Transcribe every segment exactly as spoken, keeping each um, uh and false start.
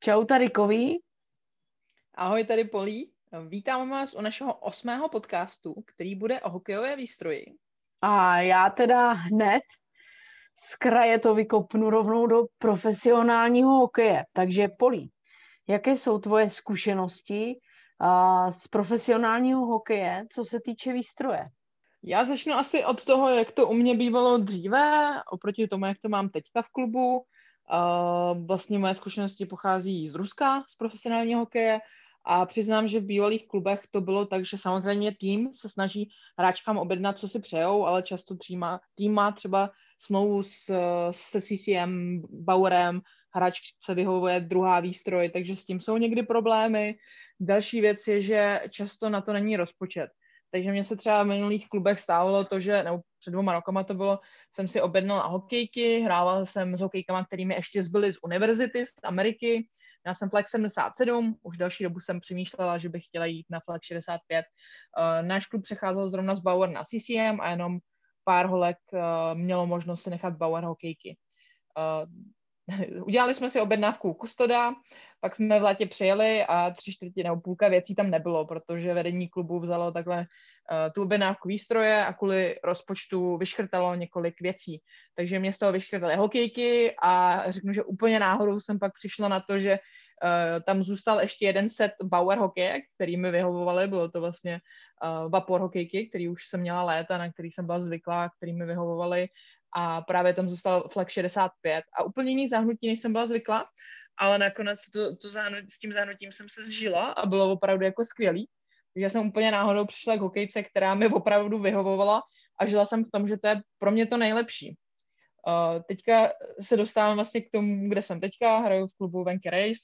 Čau tady Kový. Ahoj, tady Polí. Vítám vás u našeho osmého podcastu, který bude o hokejové výstroji. A já teda hned z kraje to vykopnu rovnou do profesionálního hokeje. Takže Polí, jaké jsou tvoje zkušenosti uh, z profesionálního hokeje, co se týče výstroje? Já začnu asi od toho, jak to u mě bývalo dříve, oproti tomu, jak to mám teďka v klubu. Uh, vlastně moje zkušenosti pochází z Ruska, z profesionálního hokeje. A přiznám, že v bývalých klubech to bylo tak, že samozřejmě tým se snaží hráčkám objednat, co si přejou, ale často tým, tým má třeba smlouvu s, se C C M, Bauerem, hráčce vyhovuje druhá výstroj, takže s tím jsou někdy problémy. Další věc je, že často na to není rozpočet. Takže mě se třeba v minulých klubech stávalo to, že, nebo před dvěma rokama to bylo, jsem si objednala hokejky, hrával jsem s hokejkama, kterými ještě zbyly z univerzity, z Ameriky. Já jsem flag sedmdesát sedm, už další dobu jsem přemýšlela, že bych chtěla jít na flag šedesát pět. Uh, náš klub přecházel zrovna z Bauer na C C M a jenom pár holek uh, mělo možnost si nechat Bauer hokejky. Uh, Udělali jsme si objednávku u Kustoda, pak jsme v létě přijeli a tři čtvrtě nebo půlka věcí tam nebylo, protože vedení klubu vzalo takhle uh, tu objednávku výstroje a kvůli rozpočtu vyškrtalo několik věcí. Takže mě z toho vyškrtali hokejky a řeknu, že úplně náhodou jsem pak přišla na to, že uh, tam zůstal ještě jeden set Bauer hokejek, který mi vyhovovaly, bylo to vlastně uh, vapor hokejky, který už jsem měla léta, na který jsem byla zvyklá, který mi vyhovovaly. A právě tam zůstal flag šedesát pět a úplně jiný záhnutí, než jsem byla zvyklá, ale nakonec to, to záhnutí, s tím záhnutím jsem se zžila a bylo opravdu jako skvělý. Takže jsem úplně náhodou přišla k hokejce, která mi opravdu vyhovovala a žila jsem v tom, že to je pro mě to nejlepší. Uh, teďka se dostávám vlastně k tomu, kde jsem teďka, hraju v klubu Venky Race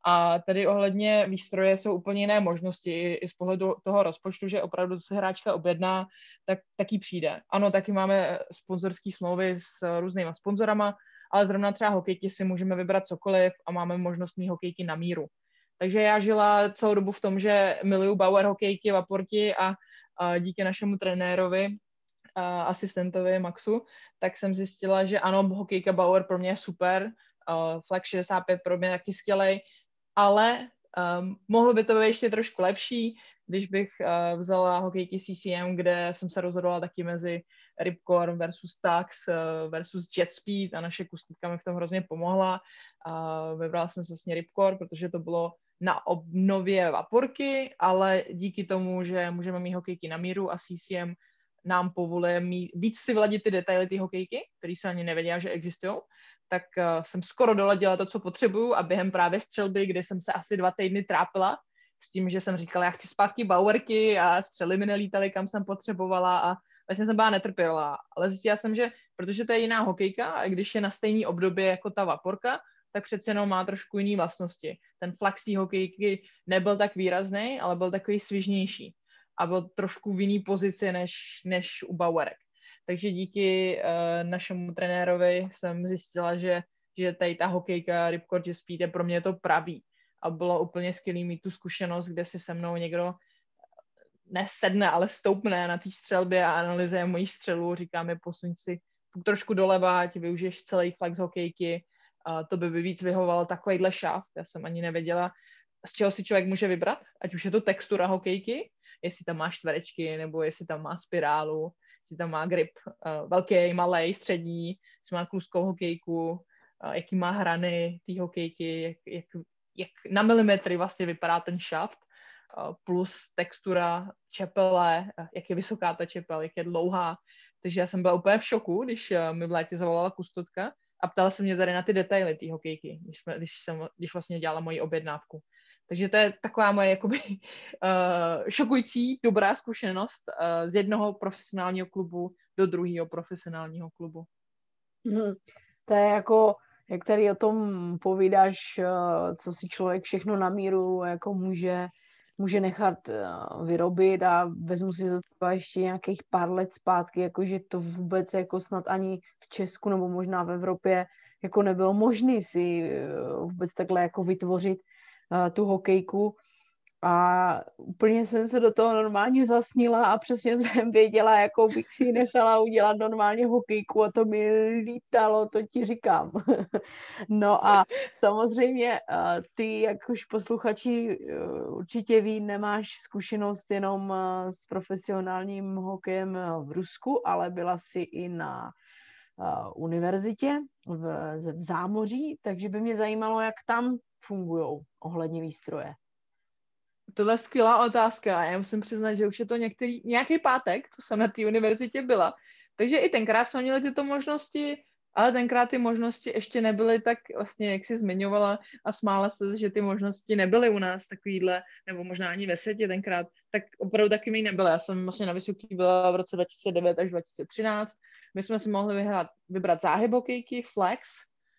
a tady ohledně výstroje jsou úplně jiné možnosti i, i z pohledu toho rozpočtu, že opravdu co se hráčka objedná, tak taky přijde. Ano, taky máme sponzorské smlouvy s různýma sponzorama, ale zrovna třeba hokejky si můžeme vybrat cokoliv a máme možnost mít hokejky na míru. Takže já žila celou dobu v tom, že miluju Bauer hokejky, vaporky a, a díky našemu trenérovi asistentovi Maxu, tak jsem zjistila, že ano, hokejka Bauer pro mě je super, uh, flag šedesát pět pro mě je taky skvělej, ale um, mohlo by to být ještě trošku lepší, když bych uh, vzala hokejky C C M, kde jsem se rozhodovala taky mezi Ripcord versus Tux uh, versus Jet Speed a naše kustítka mi v tom hrozně pomohla. Uh, vybrala jsem se vlastně Ripcord, protože to bylo na obnově vaporky, ale díky tomu, že můžeme mít hokejky na míru a C C M nám povoluje mít, víc si vladit ty detaily ty hokejky, který se ani nevěděla, že existují, tak uh, jsem skoro doladila to, co potřebuju a během právě střelby, kde jsem se asi dva týdny trápila s tím, že jsem říkala, já chci zpátky Bauerky a střely mi nelítaly, kam jsem potřebovala a vlastně jsem byla netrpěla. Ale zjistila jsem, že protože to je jiná hokejka a když je na stejný období jako ta vaporka, tak přece jenom má trošku jiný vlastnosti. Ten flag z té hokejky nebyl tak výrazný, ale byl takový svižnější a byl trošku v jiný pozici než, než u Bauerek. Takže díky uh, našemu trenérovi jsem zjistila, že, že tady ta hokejka Ripcord Jet Speed je pro mě to pravý. A bylo úplně skvělý mít tu zkušenost, kde si se mnou někdo nesedne, ale stoupne na té střelbě a analyzuje moji střelu, říká mi posuň si trošku doleva, ať využiješ celý flag z hokejky, uh, to by by víc vyhovoval takovýhle šaft. Já jsem ani nevěděla, z čeho si člověk může vybrat, ať už je to textura hokejky, jestli tam má čtverečky, nebo jestli tam má spirálu, jestli tam má grip uh, velký, malej, střední, jestli má kluskou hokejku, uh, jaký má hrany té hokejky, jak, jak, jak na milimetry vlastně vypadá ten šaft, uh, plus textura čepele, uh, jak je vysoká ta čepel, jak je dlouhá. Takže já jsem byla úplně v šoku, když uh, mi v létě zavolala kustotka a ptala se mě tady na ty detaily té hokejky, když, jsme, když, jsem, když vlastně dělala moji objednávku. Takže to je taková moje jakoby, uh, šokující, dobrá zkušenost uh, z jednoho profesionálního klubu do druhého profesionálního klubu. Hmm. To je jako, jak tady o tom povídáš, uh, co si člověk všechno na míru jako může, může nechat uh, vyrobit a vezmu si za to ještě nějakých pár let zpátky, jakože to vůbec jako snad ani v Česku nebo možná v Evropě jako nebylo možné si uh, vůbec takhle jako vytvořit tu hokejku. A úplně jsem se do toho normálně zasnila a přesně jsem věděla, jakou bych si nechala udělat normálně hokejku a to mi lítalo, to ti říkám. No a samozřejmě ty, jak už posluchači určitě ví, nemáš zkušenost jenom s profesionálním hokejem v Rusku, ale byla jsi i na univerzitě v, v Zámoří, takže by mě zajímalo, jak tam fungují ohledně výstroje. Tohle je skvělá otázka a já musím přiznat, že už je to některý, nějaký pátek, co jsem na té univerzitě byla. Takže i tenkrát jsme měli tyto možnosti, ale tenkrát ty možnosti ještě nebyly tak vlastně, jak jsi zmiňovala a smála se, že ty možnosti nebyly u nás takovýhle, nebo možná ani ve světě tenkrát, tak opravdu taky mi nebyly. Já jsem vlastně na vysoký byla v roce dva tisíce devět až dva tisíce třináct. My jsme si mohli vyhrát, vybrat záhyb hokejky, flex,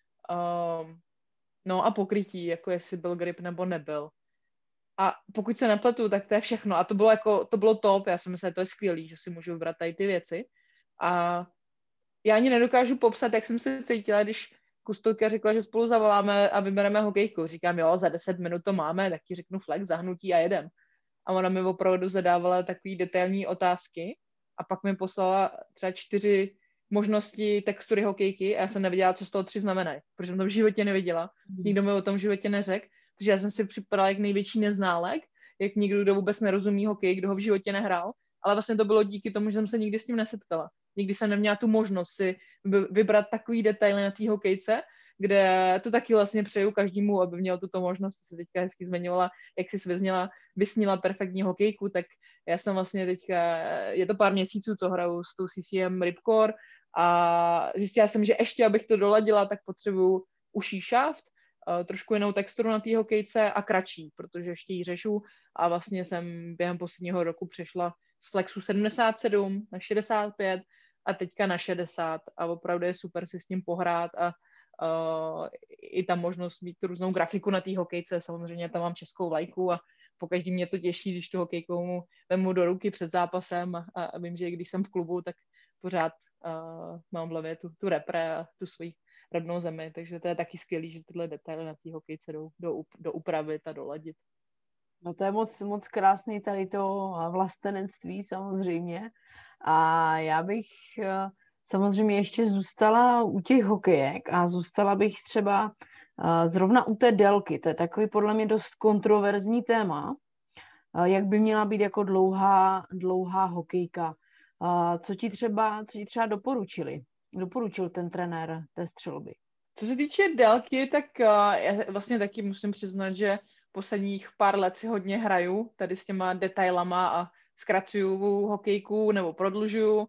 um, no a pokrytí, jako jestli byl grip nebo nebyl. A pokud se nepletu, tak to je všechno. A to bylo jako, to bylo top. Já jsem myslela, že to je skvělý, že si můžu vybrat tady ty věci. A já ani nedokážu popsat, jak jsem se cítila, když kustodka řekla, že spolu zavoláme a vybereme hokejku. Říkám, jo, za deset minut to máme, tak ti řeknu flex, zahnutí a jedem. A ona mi opravdu zadávala takový detailní otázky a pak mi poslala třeba čtyři možnosti textury hokejky a já jsem nevěděla, co z toho tři znamenají, protože jsem to v životě neviděla. Nikdo mi o tom v životě neřekl. Takže já jsem si připadala jak největší neználek, jak někdo, kdo vůbec nerozumí hokej, kdo ho v životě nehrál, ale vlastně to bylo díky tomu, že jsem se nikdy s ním nesetkala. Nikdy jsem neměla tu možnost si vybrat takový detaily na té hokejce, kde to taky vlastně přeju každému, aby měl tuto možnost. Se teďka hezky zmiňovala, jak jsi vyznila, vysnila perfektní hokejku, tak já jsem vlastně teďka, je to pár měsíců, co hraju s tou C C M Ripcore a zjistila jsem, že ještě, abych to doladila, tak potřebuju uší šaft, trošku jinou texturu na té hokejce a kratší, protože ještě ji řešu a vlastně jsem během posledního roku přešla z flexu sedmdesát sedm na šedesát pět a teďka na šedesát a opravdu je super si s tím pohrát a uh, i ta možnost mít různou grafiku na té hokejce, samozřejmě tam mám českou vlajku a pokaždý mě to těší, když tu hokejku mu vemu do ruky před zápasem a, a vím, že když jsem v klubu, tak pořád uh, mám v hlavě tu, tu repre a tu svoji rodnou zemi, takže to je taky skvělý, že tyhle detaily na té hokejce jdou do, do upravit a doladit. No to je moc, moc krásný tady to vlastenectví samozřejmě a já bych samozřejmě ještě zůstala u těch hokejek a zůstala bych třeba zrovna u té délky, to je takový podle mě dost kontroverzní téma, jak by měla být jako dlouhá, dlouhá hokejka. Co ti třeba, co ti třeba doporučili? Doporučil ten trenér té střelby? Co se týče délky, tak uh, já vlastně taky musím přiznat, že posledních pár let si hodně hraju tady s těma detailama a zkracuju hokejku nebo prodlužuju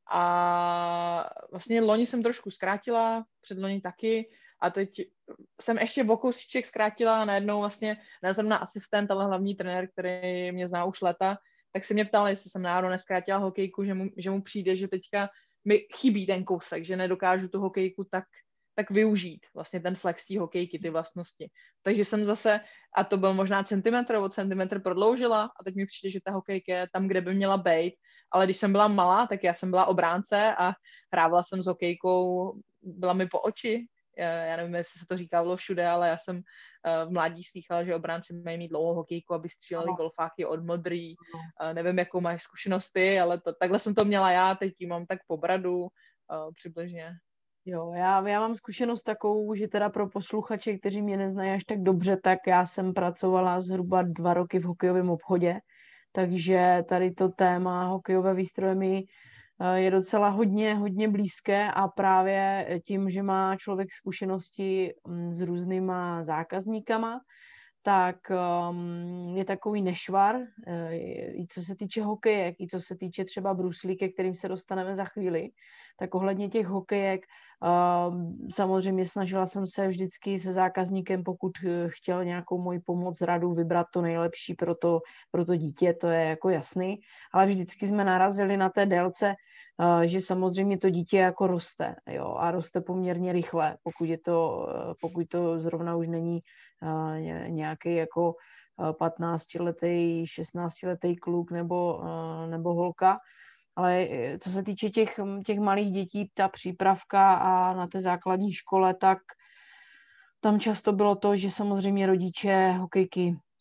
a vlastně loni jsem trošku zkrátila, předloni taky a teď jsem ještě o kousíček zkrátila a najednou vlastně nezrovna asistent, ale hlavní trenér, který mě zná už leta, tak se mě ptal, jestli jsem náhodou neskrátila hokejku, že mu, že mu přijde, že teďka mi chybí ten kousek, že nedokážu tu hokejku tak, tak využít, vlastně ten flex té hokejky, ty vlastnosti. Takže jsem zase, a to byl možná centimetr od centimetr prodloužila a teď mi přijde, že ta hokejka je tam, kde by měla být, ale když jsem byla malá, tak já jsem byla obránce a hrávala jsem s hokejkou, byla mi po oči, já nevím, jestli se to říkalo všude, ale já jsem v mládí slýchala, že obránci mají mít dlouhou hokejku, aby stříleli golfáky od modrý. Nevím, jakou máš zkušenosti, ale to, takhle jsem to měla já, teď ji mám tak po bradu přibližně. Jo, já, já mám zkušenost takovou, že teda pro posluchače, kteří mě neznají až tak dobře, tak já jsem pracovala zhruba dva roky v hokejovém obchodě, takže tady to téma hokejové výstroje mi je docela hodně, hodně blízké a právě tím, že má člověk zkušenosti s různýma zákazníkama, tak um, je takový nešvar, i co se týče hokejek, i co se týče třeba bruslí, ke kterým se dostaneme za chvíli, tak ohledně těch hokejek um, samozřejmě snažila jsem se vždycky se zákazníkem, pokud chtěl nějakou moji pomoc, radu, vybrat to nejlepší pro to, pro to dítě, to je jako jasný, ale vždycky jsme narazili na té délce, uh, že samozřejmě to dítě jako roste, jo, a roste poměrně rychle, pokud je to, pokud to zrovna už není Uh, nějaký jako uh, patnáctiletý, šestnáctiletý kluk nebo, uh, nebo holka. Ale co se týče těch, těch malých dětí, ta přípravka a na té základní škole, tak tam často bylo to, že samozřejmě rodiče hokejky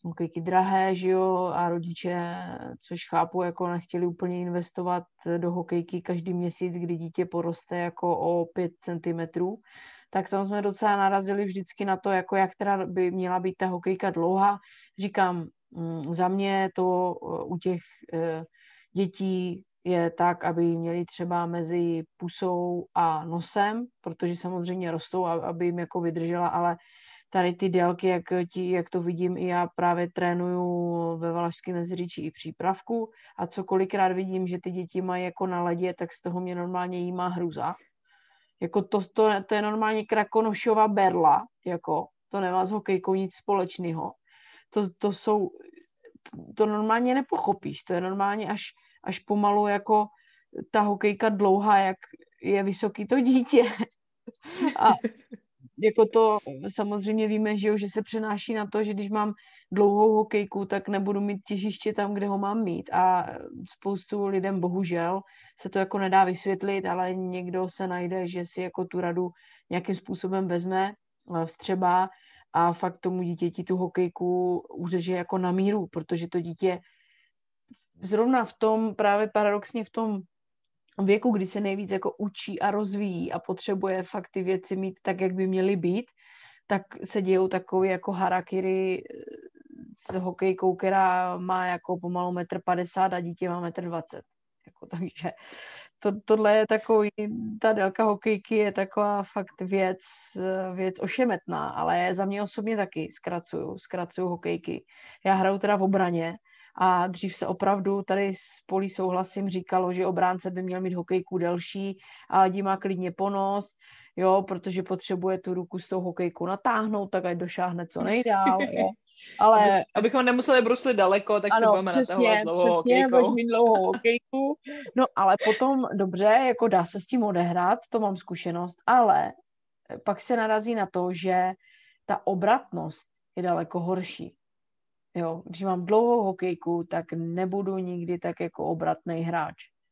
hokejky drahé, že jo, a rodiče, což chápu, jako nechtěli úplně investovat do hokejky každý měsíc, kdy dítě poroste jako o pět centimetrů, tak tam jsme docela narazili vždycky na to, jako jak teda by měla být ta hokejka dlouhá. Říkám, za mě to u těch dětí je tak, aby měli třeba mezi pusou a nosem, protože samozřejmě rostou, aby jim jako vydržela, ale tady ty délky, jak, ti, jak to vidím, i já právě trénuju ve Valašském Meziříčí i přípravku a co kolikrát vidím, že ty děti mají jako na ledě, tak z toho mě normálně jímá hruza. Jako to, to, to je normálně Krakonošova berla, jako to nemá s hokejkou nic společného. To, to jsou, to, to normálně nepochopíš, to je normálně až, až pomalu jako ta hokejka dlouhá, jak je vysoký to dítě. A jako to samozřejmě víme, že, jo, že se přenáší na to, že když mám dlouhou hokejku, tak nebudu mít těžiště tam, kde ho mám mít. A spoustu lidem bohužel se to jako nedá vysvětlit, ale někdo se najde, že si jako tu radu nějakým způsobem vezme, vstřebá a fakt tomu dítěti tu hokejku uřeže jako na míru, protože to dítě zrovna v tom, právě paradoxně v tom věku, kdy se nejvíc jako učí a rozvíjí a potřebuje fakt ty věci mít tak, jak by měly být, tak se dějou takové jako harakiri s hokejkou, která má jako pomalu metr padesát a dítě má metr dvacet. Jako, takže to, tohle je takový, ta délka hokejky je taková fakt věc, věc ošemetná, ale za mě osobně taky zkracuju, zkracuju hokejky. Já hraju teda v obraně, a dřív se opravdu tady s Polí souhlasím říkalo, že obránce by měl mít hokejku delší a ať má klidně ponos, jo, protože potřebuje tu ruku s tou hokejkou natáhnout, tak ať došáhne co nejdál, jo. Ale... Aby, abychom nemuseli bruslit daleko, tak ano, se budeme natahovat s dlouhou hokejkou. Ano, přesně, mít dlouhou hokejku. No, ale potom, dobře, jako dá se s tím odehrát, to mám zkušenost, ale pak se narazí na to, že ta obratnost je daleko horší. Jo, když mám dlouhou hokejku, tak nebudu nikdy tak jako obratný hráč.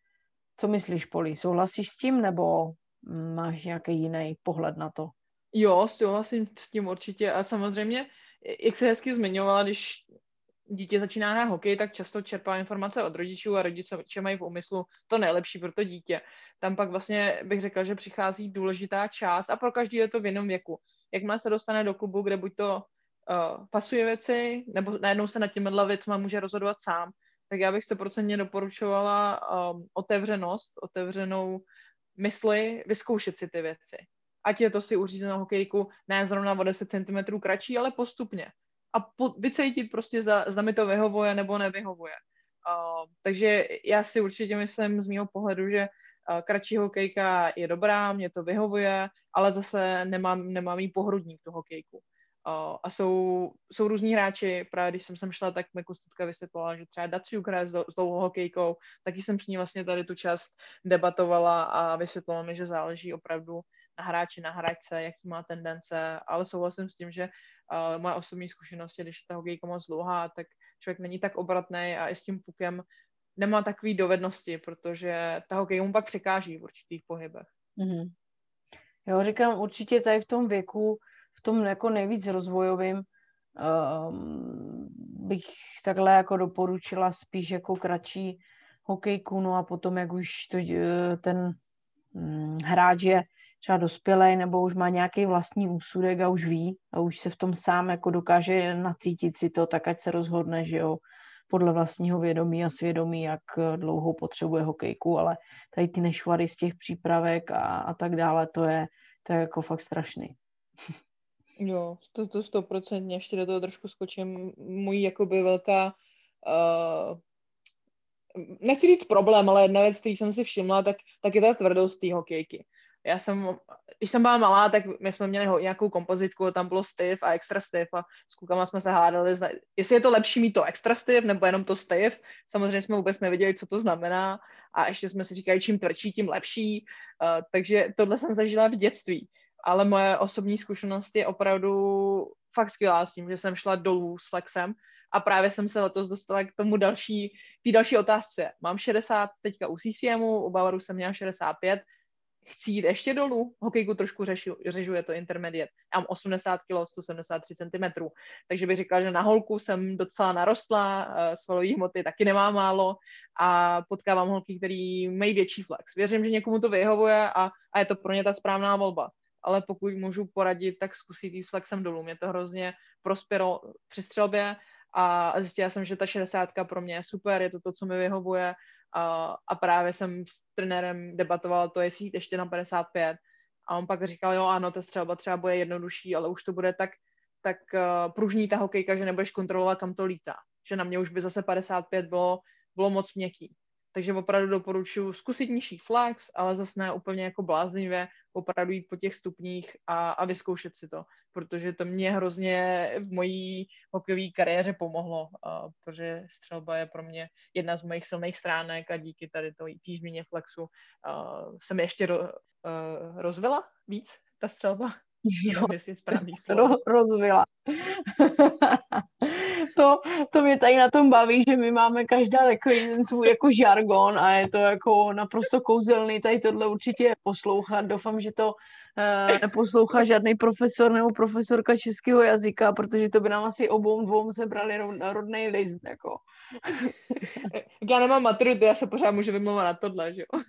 Co myslíš, Poli? Souhlasíš s tím, nebo máš nějaký jiný pohled na to? Jo, souhlasím s tím určitě a samozřejmě, jak se hezky zmiňovala, když dítě začíná hrát hokej, tak často čerpá informace od rodičů a rodiče mají v úmyslu to nejlepší pro to dítě. Tam pak vlastně bych řekla, že přichází důležitá část a pro každý je to v jiném věku. Jakmile se dostane do klubu, kde buď to uh, pasuje věci, nebo najednou se nad těmihle věcma může rozhodovat sám, tak já bych sto procent doporučovala um, otevřenost, otevřenou mysli, vyzkoušet si ty věci. Ať je to si uřízenou hokejku, ne zrovna o deset centimetrů kratší, ale postupně. A po, vycítit prostě, zda, zda mi to vyhovuje nebo nevyhovuje. Uh, takže já si určitě myslím z mýho pohledu, že uh, kratší hokejka je dobrá, mě to vyhovuje, ale zase nemám, nemám jí pohrudník tu hokejku. Uh, a jsou, jsou různí hráči, právě když jsem sem šla, tak mi Kostýtka vysvětlovala, že třeba Daciuk hraje s, s dlouhou hokejkou, taky jsem s ní vlastně tady tu část debatovala a vysvětlovala mi, že záleží opravdu na hráči, na hráčce, jaký má tendence, ale souhlasím s tím, že uh, moje osobní zkušenosti, když je ta hokejka moc dlouhá, tak člověk není tak obratný a i s tím pukem nemá takové dovednosti, protože ta hokejka mu pak překáží v určitých pohybech. Mm-hmm. Jo, říkám, určitě tady v tom věku, v tom jako nejvíc rozvojovým, um, bych takhle jako doporučila spíš jako kratší hokejku, no a potom, jak už to, ten um, hráč je třeba dospělej nebo už má nějaký vlastní úsudek a už ví a už se v tom sám jako dokáže nacítit si to, tak ať se rozhodne, že jo, podle vlastního vědomí a svědomí, jak dlouho potřebuje hokejku, ale tady ty nešvary z těch přípravek a, a tak dále, to je, to je jako fakt strašný. Jo, to, to stoprocentně, ještě do toho trošku skočím, můj jakoby velká, uh, nechci říct problém, ale jedna věc, který jsem si všimla, tak, tak je ta tvrdost té hokejky. Já jsem, když jsem byla malá, tak my jsme měli nějakou kompozitku, tam bylo stiff a extra stiff a s klukama jsme se hádali, jestli je to lepší mít to extra stiff nebo jenom to stiff. Samozřejmě jsme vůbec nevěděli, co to znamená a ještě jsme si říkali, čím tvrdší, tím lepší. Uh, takže tohle jsem zažila v dětství. Ale moje osobní zkušenost je opravdu fakt skvělá s tím, že jsem šla dolů s flexem a právě jsem se letos dostala k tomu další, té další otázce. Mám šedesát teďka u C C M u, u Bavaru jsem měla šedesát pět. chci jít ještě dolů, hokejku trošku řešu, řežu, je to intermediate. Já mám osmdesát kilo, sto sedmdesát tři centimetrů, takže bych říkala, že na holku jsem docela narostla, svalové hmoty taky nemám málo a potkávám holky, který mají větší flex. Věřím, že někomu to vyhovuje a, a je to pro ně ta správná volba. Ale pokud můžu poradit, tak zkusit jít s flexem dolů. Mě to hrozně prospělo při střelbě a zjistila jsem, že ta šedesátka pro mě je super, je to to, co mi vyhovuje. A, a právě jsem s trenérem debatovala to, jestli jít ještě na padesát pět. A on pak říkal, jo, ano, ta střelba třeba bude jednodušší, ale už to bude tak, tak uh, pružný ta hokejka, že nebudeš kontrolovat, kam to lítá. Že na mě už by zase padesát pět bylo, bylo moc měkký. Takže opravdu doporučuji zkusit nižší flex, ale zase ne úplně jako bláznivě, opravdu jít po těch stupních a, a vyzkoušet si to, protože to mě hrozně v mojí hokejové kariéře pomohlo, uh, protože střelba je pro mě jedna z mojich silných stránek a díky tady té změně flexu uh, jsem ještě ro, uh, rozvila víc ta střelba. Jo, je správný slovo. Rozvila. to, to mě tady na tom baví, že my máme každá takový ten svůj jako žargon a je to jako naprosto kouzelný tady tohle určitě poslouchat. Doufám, že to uh, neposlouchá žádný profesor nebo profesorka českého jazyka, protože to by nám asi obou dvou sebrali rodný list. Jako. Já nemám maturitu, já se pořád můžu vymlouvat na tohle, že jo?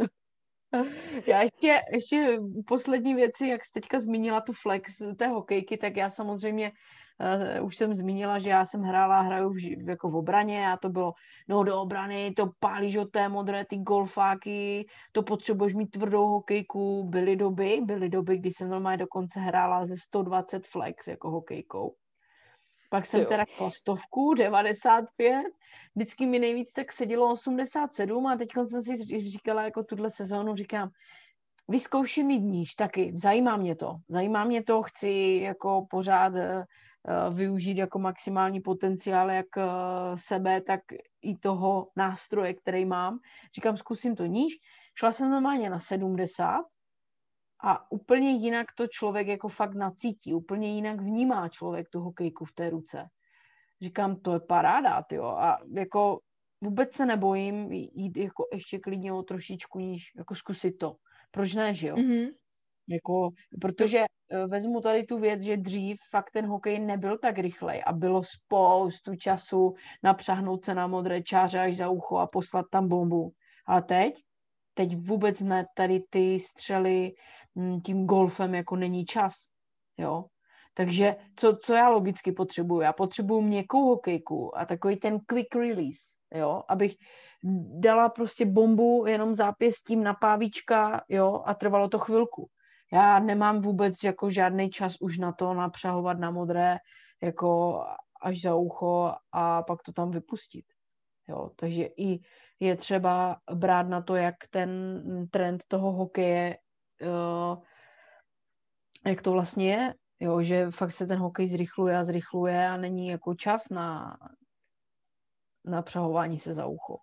Já ještě, ještě poslední věci, jak jsi teďka zmínila tu flex té hokejky, tak já samozřejmě uh, už jsem zmínila, že já jsem hrála, hraju v, jako v obraně a to bylo, no do obrany, to pálíš od té modré, ty golfáky, to potřebuješ mít tvrdou hokejku, byly doby, byly doby, kdy jsem normálně dokonce hrála ze sto dvacet flex jako hokejkou. Pak jsem teda klastovku, devadesát pět, vždycky mi nejvíc tak sedělo osmdesát sedm a teď jsem si říkala jako tuhle sezónu, říkám, vyzkouším mít níž taky, zajímá mě to, zajímá mě to, chci jako pořád uh, využít jako maximální potenciál jak uh, sebe, tak i toho nástroje, který mám. Říkám, zkusím to níž, šla jsem normálně na sedmdesát, a úplně jinak to člověk jako fakt nacítí, úplně jinak vnímá člověk tu hokejku v té ruce. Říkám, to je paráda, tyjo. A jako vůbec se nebojím jít jako ještě klidně o trošičku níž, jako zkusit to. Proč ne, že jo? Mm-hmm. Jako, protože vezmu tady tu věc, že dřív fakt ten hokej nebyl tak rychlej a bylo spoustu času napřáhnout se na modré čáře až za ucho a poslat tam bombu. Ale teď? Teď vůbec ne, tady ty střely tím golfem jako není čas, jo. Takže co, co já logicky potřebuju? Já potřebuju měkkou hokejku a takový ten quick release, jo, abych dala prostě bombu jenom zápěstím na pávička, jo, a trvalo to chvilku. Já nemám vůbec jako žádný čas už na to napřahovat na modré, jako až za ucho a pak to tam vypustit, jo. Takže i je třeba brát na to, jak ten trend toho hokeje, uh, jak to vlastně je, jo, že fakt se ten hokej zrychluje a zrychluje a není jako čas na, na přahování se za ucho.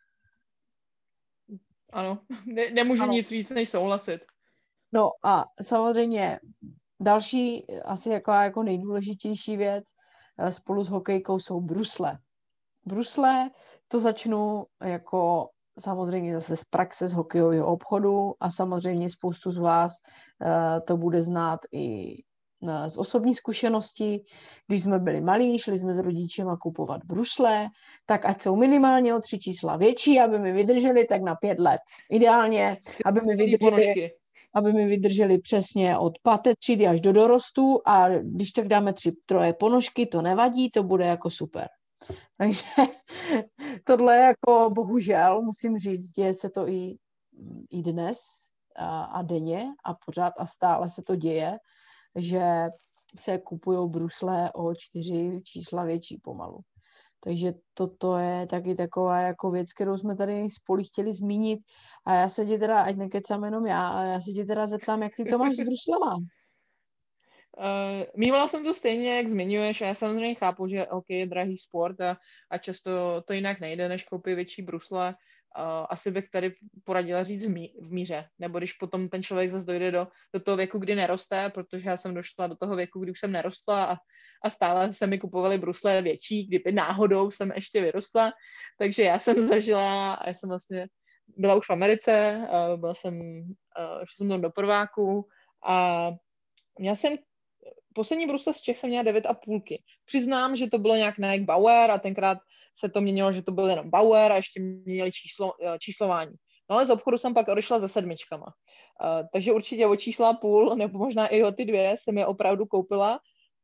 Ano, ne, nemůžu ano. nic víc než souhlasit. No a samozřejmě další, asi jako, jako nejdůležitější věc spolu s hokejkou jsou brusle. Brusle, to začnu jako samozřejmě zase z praxe z hokejového obchodu a samozřejmě spoustu z vás uh, to bude znát i uh, z osobní zkušenosti. Když jsme byli malí, šli jsme s rodičema kupovat brusle, tak ať jsou minimálně o tři čísla větší, aby mi vydrželi tak na pět let. Ideálně, aby mi vydrželi, aby mi vydrželi přesně od páté třídy až do dorostu a když tak dáme tři troje ponožky, to nevadí, to bude jako super. Takže tohle jako bohužel, musím říct, děje se to i, i dnes a, a denně a pořád a stále se to děje, že se kupují brusle o čtyři čísla větší pomalu. Takže toto je taky taková jako věc, kterou jsme tady spolu chtěli zmínit a já se tě teda, ať nekecám jenom já, a já se tě teda zeptám, jak ty to máš s bruslema? Uh, mývala jsem to stejně, jak zmiňuješ, a já samozřejmě chápu, že hokej je drahý sport a, a často to jinak nejde, než koupit větší brusle. Uh, asi bych tady poradila říct v, mí, v míře, nebo když potom ten člověk zase dojde do, do toho věku, kdy neroste, protože já jsem došla do toho věku, kdy už jsem nerostla a, a stále se mi kupovaly brusle větší, kdyby náhodou jsem ještě vyrostla, takže já jsem zažila, a já jsem vlastně byla už v Americe, uh, byla jsem, uh, šla jsem tam do prváku a měla jsem poslední brusle z Čech jsem měla devět a půlky. Přiznám, že to bylo nějak Nike Bauer a tenkrát se to měnilo, že to byl jenom Bauer a ještě měli číslo, číslování. No ale z obchodu jsem pak odešla se sedmičkama. Uh, takže určitě o čísla půl, nebo možná i o ty dvě jsem je opravdu koupila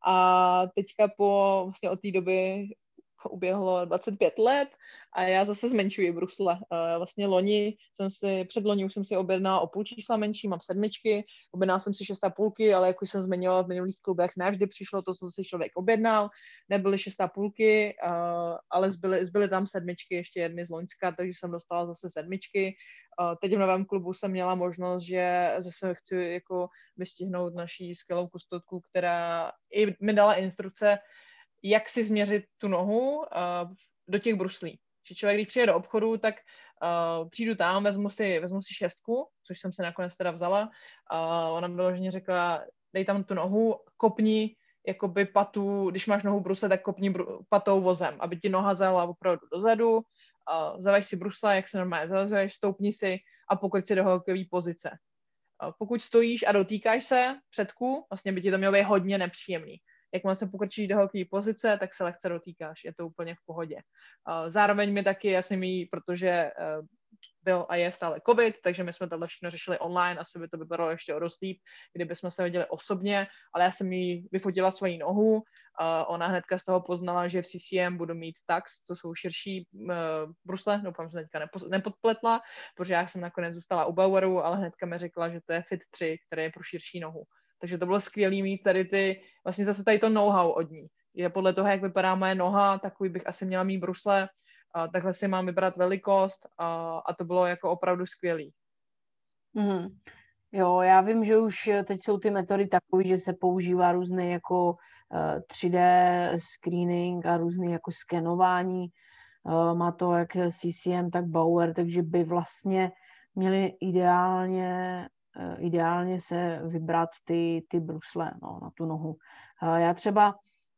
a teďka po vlastně od té doby uběhlo dvacet pět let a já zase zmenšuji brusle. Uh, vlastně loni jsem si, před loni už jsem si objednala o půl čísla menší, mám sedmičky, objednala jsem si šest a půlky, ale jako jsem zmiňovala v minulých klubech, ne vždy přišlo to, co si člověk objednal, nebyly šest a půlky, uh, ale zbyly, zbyly tam sedmičky, ještě jedny z loňska, takže jsem dostala zase sedmičky. Uh, teď v novém klubu jsem měla možnost, že zase chci jako vystihnout naší skvělou kustodku, která i mi dala instrukce, jak si změřit tu nohu uh, do těch bruslí. Že člověk, když přijde do obchodu, tak uh, přijdu tam, vezmu si, vezmu si šestku, což jsem se nakonec teda vzala. Uh, ona vyloženě řekla, dej tam tu nohu, kopni jakoby patu, když máš nohu brusle, tak kopni bru, patou vozem, aby ti noha zajela opravdu dozadu, uh, zaveď si brusle, jak se normálně zavazuješ, stoupni si a pokud si do hokejové pozice. Uh, pokud stojíš a dotýkáš se předku, vlastně by ti to mělo být hodně nepříjemný. Jakmile se pokrčíš do hokejové pozice, tak se lehce dotýkáš, je to úplně v pohodě. Uh, zároveň mi taky, já jsem jí, protože uh, byl a je stále covid, takže my jsme tohle všechno řešili online, asi by to vypadalo ještě o dost líp, kdyby jsme se viděli osobně, ale já jsem jí vyfotila svoji nohu, uh, ona hnedka z toho poznala, že v C C M budu mít tax, co jsou širší uh, brusle, doufám, že teďka nepo, nepodpletla, protože já jsem nakonec zůstala u Baueru, ale hnedka mi řekla, že to je Fit tři, který je pro širší nohu. Takže to bylo skvělý mít tady ty, vlastně zase tady to know-how od ní. Je podle toho, jak vypadá moje noha, takový bych asi měla mít brusle, a takhle si mám vybrat velikost a, a to bylo jako opravdu skvělý. Mm. Jo, já vím, že už teď jsou ty metody takové, že se používá různé jako uh, tři dé screening a různé jako skenování. Uh, má to jak C C M, tak Bauer, takže by vlastně měli ideálně ideálně se vybrat ty, ty brusle no, na tu nohu. Já třeba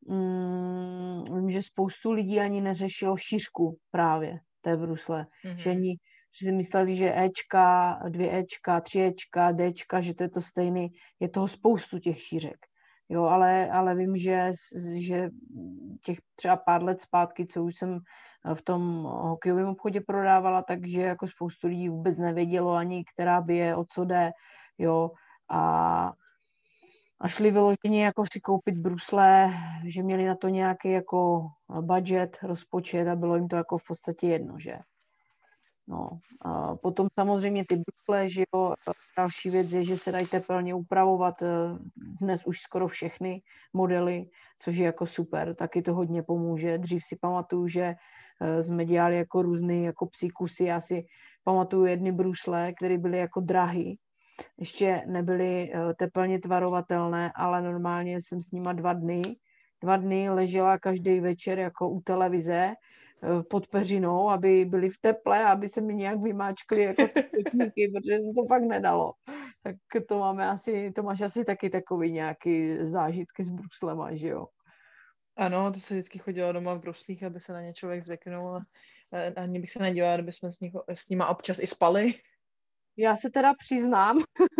mm, vím, že spoustu lidí ani neřešilo šířku právě té brusle. Mm-hmm. Že, ani, že si mysleli, že Ečka, dvě Ečka, tři Ečka, Dčka, že to je to stejný. Je toho spoustu těch šířek. Jo, ale, ale vím, že, že těch třeba pár let zpátky, co už jsem v tom hokejovém obchodě prodávala, takže jako spoustu lidí vůbec nevědělo ani, která bije, o co jde, jo, a, a šli vyloženě jako si koupit brusle, že měli na to nějaký jako budget, rozpočet a bylo jim to jako v podstatě jedno, že. No, a potom samozřejmě ty brusle, že jo, další věc je, že se dají tepelně upravovat dnes už skoro všechny modely, což je jako super, taky to hodně pomůže. Dřív si pamatuju, že jsme dělali jako různý jako psí kusy, já si pamatuju jedny brusle, které byly jako drahý, ještě nebyly tepelně tvarovatelné, ale normálně jsem s nima dva dny, dva dny ležela každý večer jako u televize, pod peřinou, aby byly v teple, aby se mi nějak vymáčkly jako techniky, protože se to fakt nedalo. Tak to máme asi, to máš asi taky takový nějaký zážitky s bruslema, že jo? Ano, to se vždycky chodilo doma v bruslích, aby se na ně člověk zvyknul a ani bych se nedělala, kdyby jsme s, nich, s nima občas i spali. Já se teda přiznám,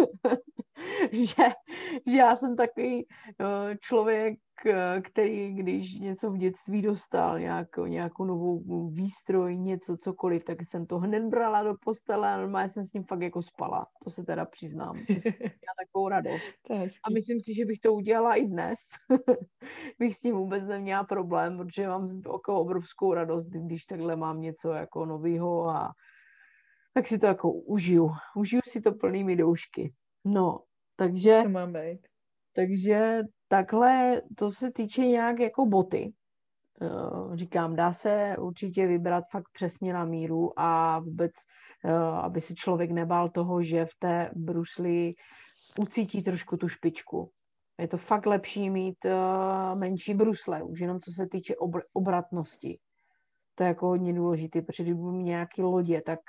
že, že já jsem takový člověk, který když něco v dětství dostal, nějakou, nějakou novou výstroj, něco, cokoliv, tak jsem to hned brala do postele a normálně jsem s ním fakt jako spala. To se teda přiznám. Jsem měla takovou radost. A myslím si, že bych to udělala i dnes. Bych s tím vůbec neměla problém, protože mám jako obrovskou radost, když takhle mám něco jako novýho a tak si to jako užiju. Užiju si to plnými doušky. No, takže... To mám být. Takže takhle, to se týče nějak jako boty. Říkám, dá se určitě vybrat fakt přesně na míru a vůbec, aby se člověk nebál toho, že v té brusli ucítí trošku tu špičku. Je to fakt lepší mít menší brusle, už jenom co se týče obr- obratnosti. To je jako hodně důležité, protože když budu mít nějaký lodě, tak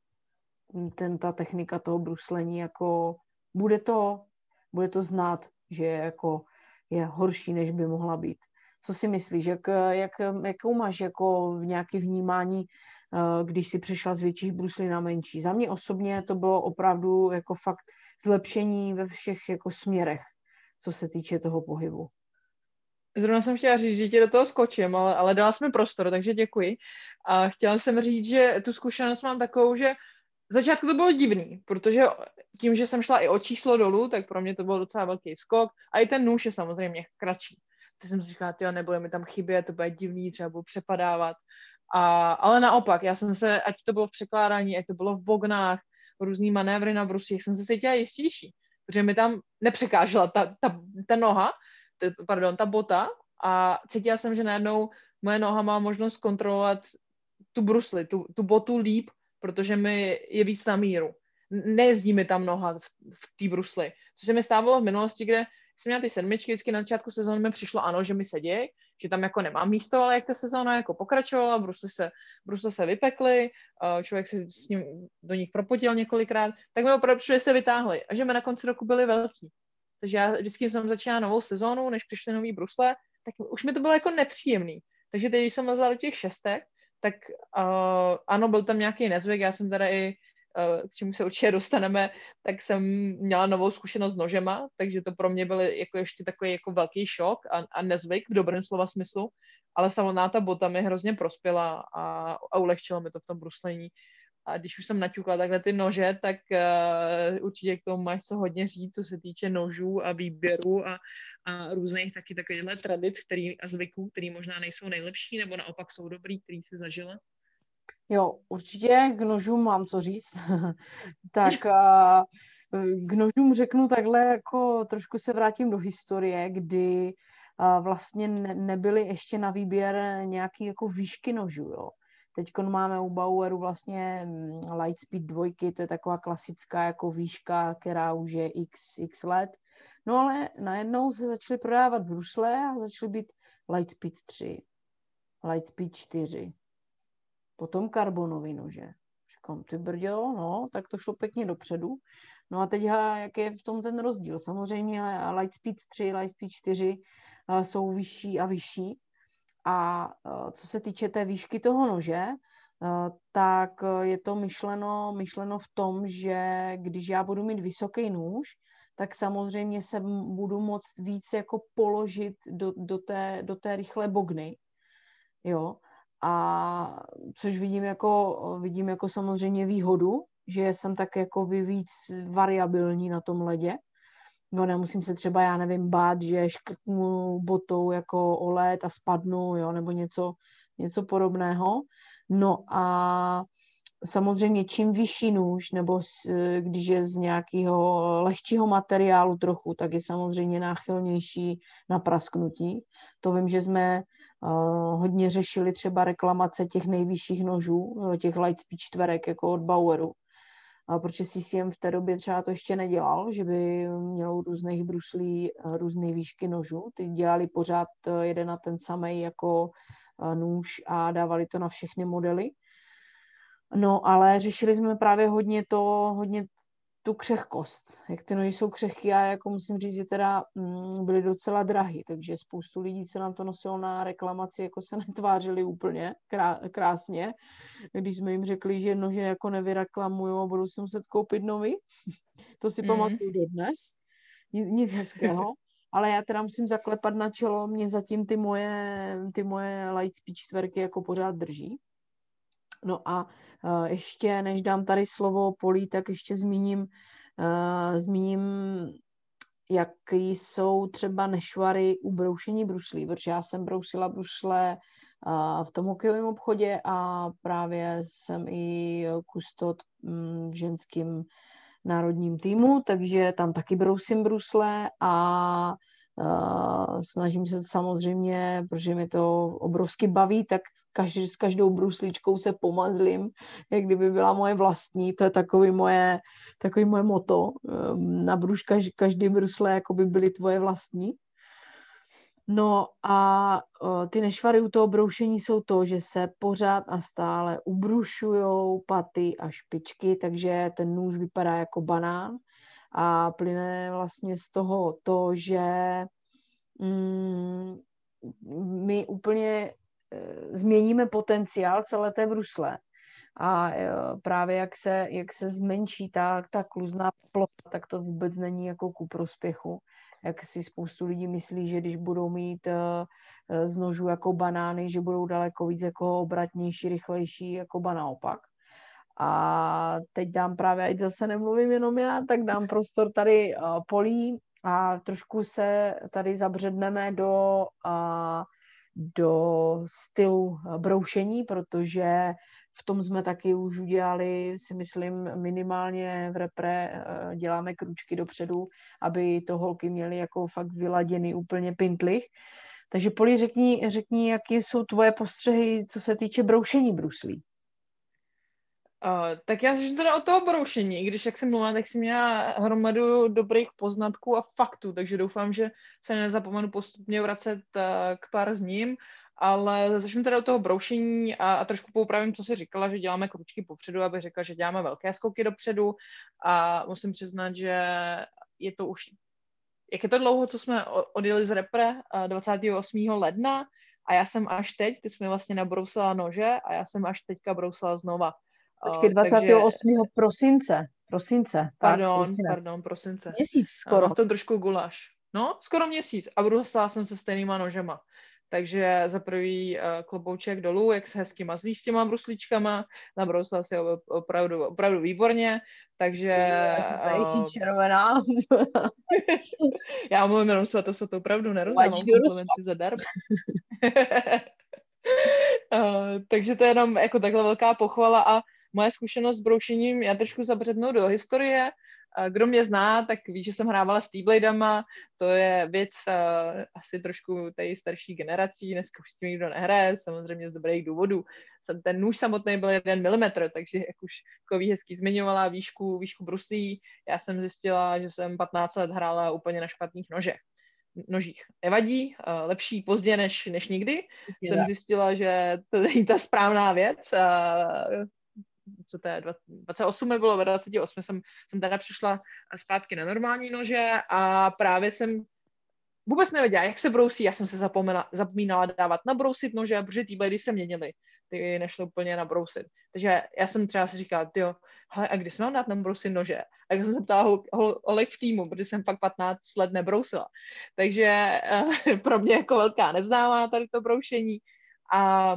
ten, ta technika toho bruslení, jako bude to, bude to znát, že je, jako, je horší, než by mohla být. Co si myslíš, jak, jak, jakou máš jako v nějaké vnímání, když si přešla z větších bruslí na menší? Za mě osobně to bylo opravdu jako fakt zlepšení ve všech jako směrech, co se týče toho pohybu. Zrovna jsem chtěla říct, že ti do toho skočím, ale, ale dala jsi mi prostor, takže děkuji. A chtěla jsem říct, že tu zkušenost mám takovou, že v začátku to bylo divný, protože tím, že jsem šla i o číslo dolů, tak pro mě to byl docela velký skok. A i ten nůž je samozřejmě kratší. Tak jsem si říkala, tyjo, nebude mi tam chybět, to bude divný, třeba budu přepadávat. A, ale naopak, já jsem se, ať to bylo v překládání, ať to bylo v bognách, různý manévry na bruslích, jsem se cítila jistější, protože mi tam nepřekážela ta, ta, ta noha, t, pardon, ta bota a cítila jsem, že najednou moje noha má možnost kontrolovat tu brusli, tu, tu botu líp, protože mi je víc na míru. Nejezdí mi tam noha v, v té brusli. Co se mi stávalo v minulosti, kde jsem měla ty sedmičky, vždycky na začátku sezóny mi přišlo, ano, že mi seděj, že tam jako nemám místo, ale jak ta sezóna jako pokračovala, brusle se, brusle se vypekly, člověk se s ním do nich propotil několikrát, tak mi opravdu že se vytáhly a že mi na konci roku byly velký. Takže já vždycky jsem začala novou sezónu, než přišly nový brusle, tak už mi to bylo jako nepříjemný. Takže teď, když jsem lezla do těch šestek, tak uh, ano, byl tam nějaký nezvyk, já jsem teda i, uh, k čemu se určitě dostaneme, tak jsem měla novou zkušenost s nožema, takže to pro mě byl jako ještě takový jako velký šok a, a nezvyk v dobrém slova smyslu, ale samotná ta bota mi hrozně prospěla a, a ulehčilo mi to v tom bruslení. A když už jsem naťukla takhle ty nože, tak uh, určitě k tomu máš co hodně říct, co se týče nožů a výběrů a, a různých taky takovýchhle tradic který, a zvyků, který možná nejsou nejlepší, nebo naopak jsou dobrý, který jsi zažila. Jo, určitě k nožům mám co říct. Tak uh, k nožům řeknu takhle, jako trošku se vrátím do historie, kdy uh, vlastně ne- nebyly ještě na výběr nějaký jako výšky nožů, jo. Teď máme u Baueru vlastně Lightspeed dva, to je taková klasická jako výška, která už je x, x let. No ale najednou se začaly prodávat brusle a začaly být Lightspeed tři, Lightspeed čtyři, potom karbonový nože. Říkám, ty brďo, no, tak to šlo pěkně dopředu. No a teď, jak je v tom ten rozdíl? Samozřejmě Lightspeed tři, Lightspeed čtyři jsou vyšší a vyšší. A co se týče té výšky toho nože, tak je to myšleno, myšleno v tom, že když já budu mít vysoký nůž, tak samozřejmě se budu moct víc jako položit do, do, té, do té rychlé bogny. Jo. A což vidím jako, vidím jako samozřejmě výhodu, že jsem tak jako víc variabilní na tom ledě. No nemusím se třeba, já nevím, bát, že škrtnu botou jako o led a spadnu, jo, nebo něco, něco podobného. No a samozřejmě čím vyšší nůž, nebo s, když je z nějakého lehčího materiálu trochu, tak je samozřejmě náchylnější na prasknutí. To vím, že jsme uh, hodně řešili třeba reklamace těch nejvyšších nožů, těch Lightspeed čtverek jako od Baueru. A protože C C M v té době třeba to ještě nedělal, že by měl u různých bruslí různé výšky nožů. Ty dělali pořád jeden a ten samej jako nůž a dávali to na všechny modely. No, ale řešili jsme právě hodně to, hodně tu křehkost. Jak ty nohy jsou křehké a jako musím říct, že teda mm, byly docela drahý, takže spoustu lidí, co nám to nosilo na reklamaci, jako se netvářili úplně krá, krásně. Když jsme jim řekli, že nože jako nevyreklamujou a budou si muset koupit nový. To si mm. pamatuju dodnes. Nic hezkého. Ale já teda musím zaklepat na čelo, mě zatím ty moje, ty moje Lightspeed čtverky jako pořád drží. No a uh, ještě, než dám tady slovo Polí, tak ještě zmíním, uh, zmíním, jaký jsou třeba nešvary u broušení bruslí, protože já jsem brousila brusle uh, v tom hokejovém obchodě a právě jsem i kustot um, v ženském národním týmu, takže tam taky brousím brusle a Uh, snažím se samozřejmě, protože mi to obrovsky baví, tak každý, s každou bruslíčkou se pomazlím, jak kdyby byla moje vlastní. To je takový moje, takový moje moto. Um, nabruš každý, každý brusle, jako by byly tvoje vlastní. No a uh, ty nešvary u toho broušení jsou to, že se pořád a stále ubrušujou paty a špičky, takže ten nůž vypadá jako banán. A plyne vlastně z toho to, že mm, my úplně změníme potenciál celé té brusle. A právě jak se, jak se zmenší ta, ta kluzná plocha, tak to vůbec není jako ku prospěchu. Jak si spoustu lidí myslí, že když budou mít z nožů jako banány, že budou daleko víc jako obratnější, rychlejší, jako ba naopak. A teď dám právě, ať zase nemluvím jenom já, tak dám prostor tady Polí a trošku se tady zabředneme do, do stylu broušení, protože v tom jsme taky už udělali, si myslím, minimálně v repre děláme kručky dopředu, aby to holky měly jako fakt vyladěný úplně pintlich. Takže Poli, řekni, řekni, jaké jsou tvoje postřehy, co se týče broušení bruslí. Uh, tak já začnu teda od toho broušení, i když, jak jsem mluvila, tak jsem měla hromadu dobrých poznatků a faktů, takže doufám, že se nezapomenu postupně vracet uh, k pár z ním, ale začnu teda od toho broušení a, a trošku poupravím, co jsi říkala, že děláme kručky popředu, abych řekla, že děláme velké skoky dopředu a musím přiznat, že je to už, jak je to dlouho, co jsme odjeli z repre, uh, dvacátého osmého ledna a já jsem až teď, ty jsi mi vlastně nabrousila nože a já jsem až teďka brousila znova. Počkej, dvacátého osmého Takže... prosince. Prosince. Pardon, tak, pardon, prosince. Měsíc skoro. Mám v tom trošku guláš. No, skoro měsíc. A brusila jsem se stejnýma nožema. Takže za prvý uh, klobouček dolů, jak se hezky mazlí s těma brusličkama. Nabrousila si opravdu, opravdu výborně. Takže... Uh, červená. Já mluvím jenom svato, svato, opravdu nerozdávám komplimenty zadarmo. uh, takže to je jenom jako takhle velká pochvala a moje zkušenost s broušením, já trošku zabřednu do historie. Kdo mě zná, tak ví, že jsem hrávala s T-bladama, to je věc uh, asi trošku tady starší generací, dneska už s tím nikdo nehraje, samozřejmě z dobrých důvodů. Ten nůž samotný byl jeden milimetr, takže jak už Kový hezky zmiňovala výšku, výšku bruslí, já jsem zjistila, že jsem patnáct let hrála úplně na špatných nožech. nožích. Nevadí, uh, lepší pozdě než, než nikdy. Je jsem tak. Zjistila, že to není ta správná věc. Uh, co to je, dvacet osm bylo, ve dvaceti osmi jsem, jsem teda přišla zpátky na normální nože a právě jsem vůbec nevěděla, jak se brousí, já jsem se zapomínala, zapomínala dávat nabrousit nože, protože ty blady se měnily, ty nešly úplně nabrousit. Takže já jsem třeba si říkala, tyjo, hele, a kdy jsem mám dát nabrousit nože? A jak jsem se ptala hol, hol, holek v týmu, protože jsem fakt patnáct let nebrousila. Takže uh, pro mě jako velká neznámá tady to broušení a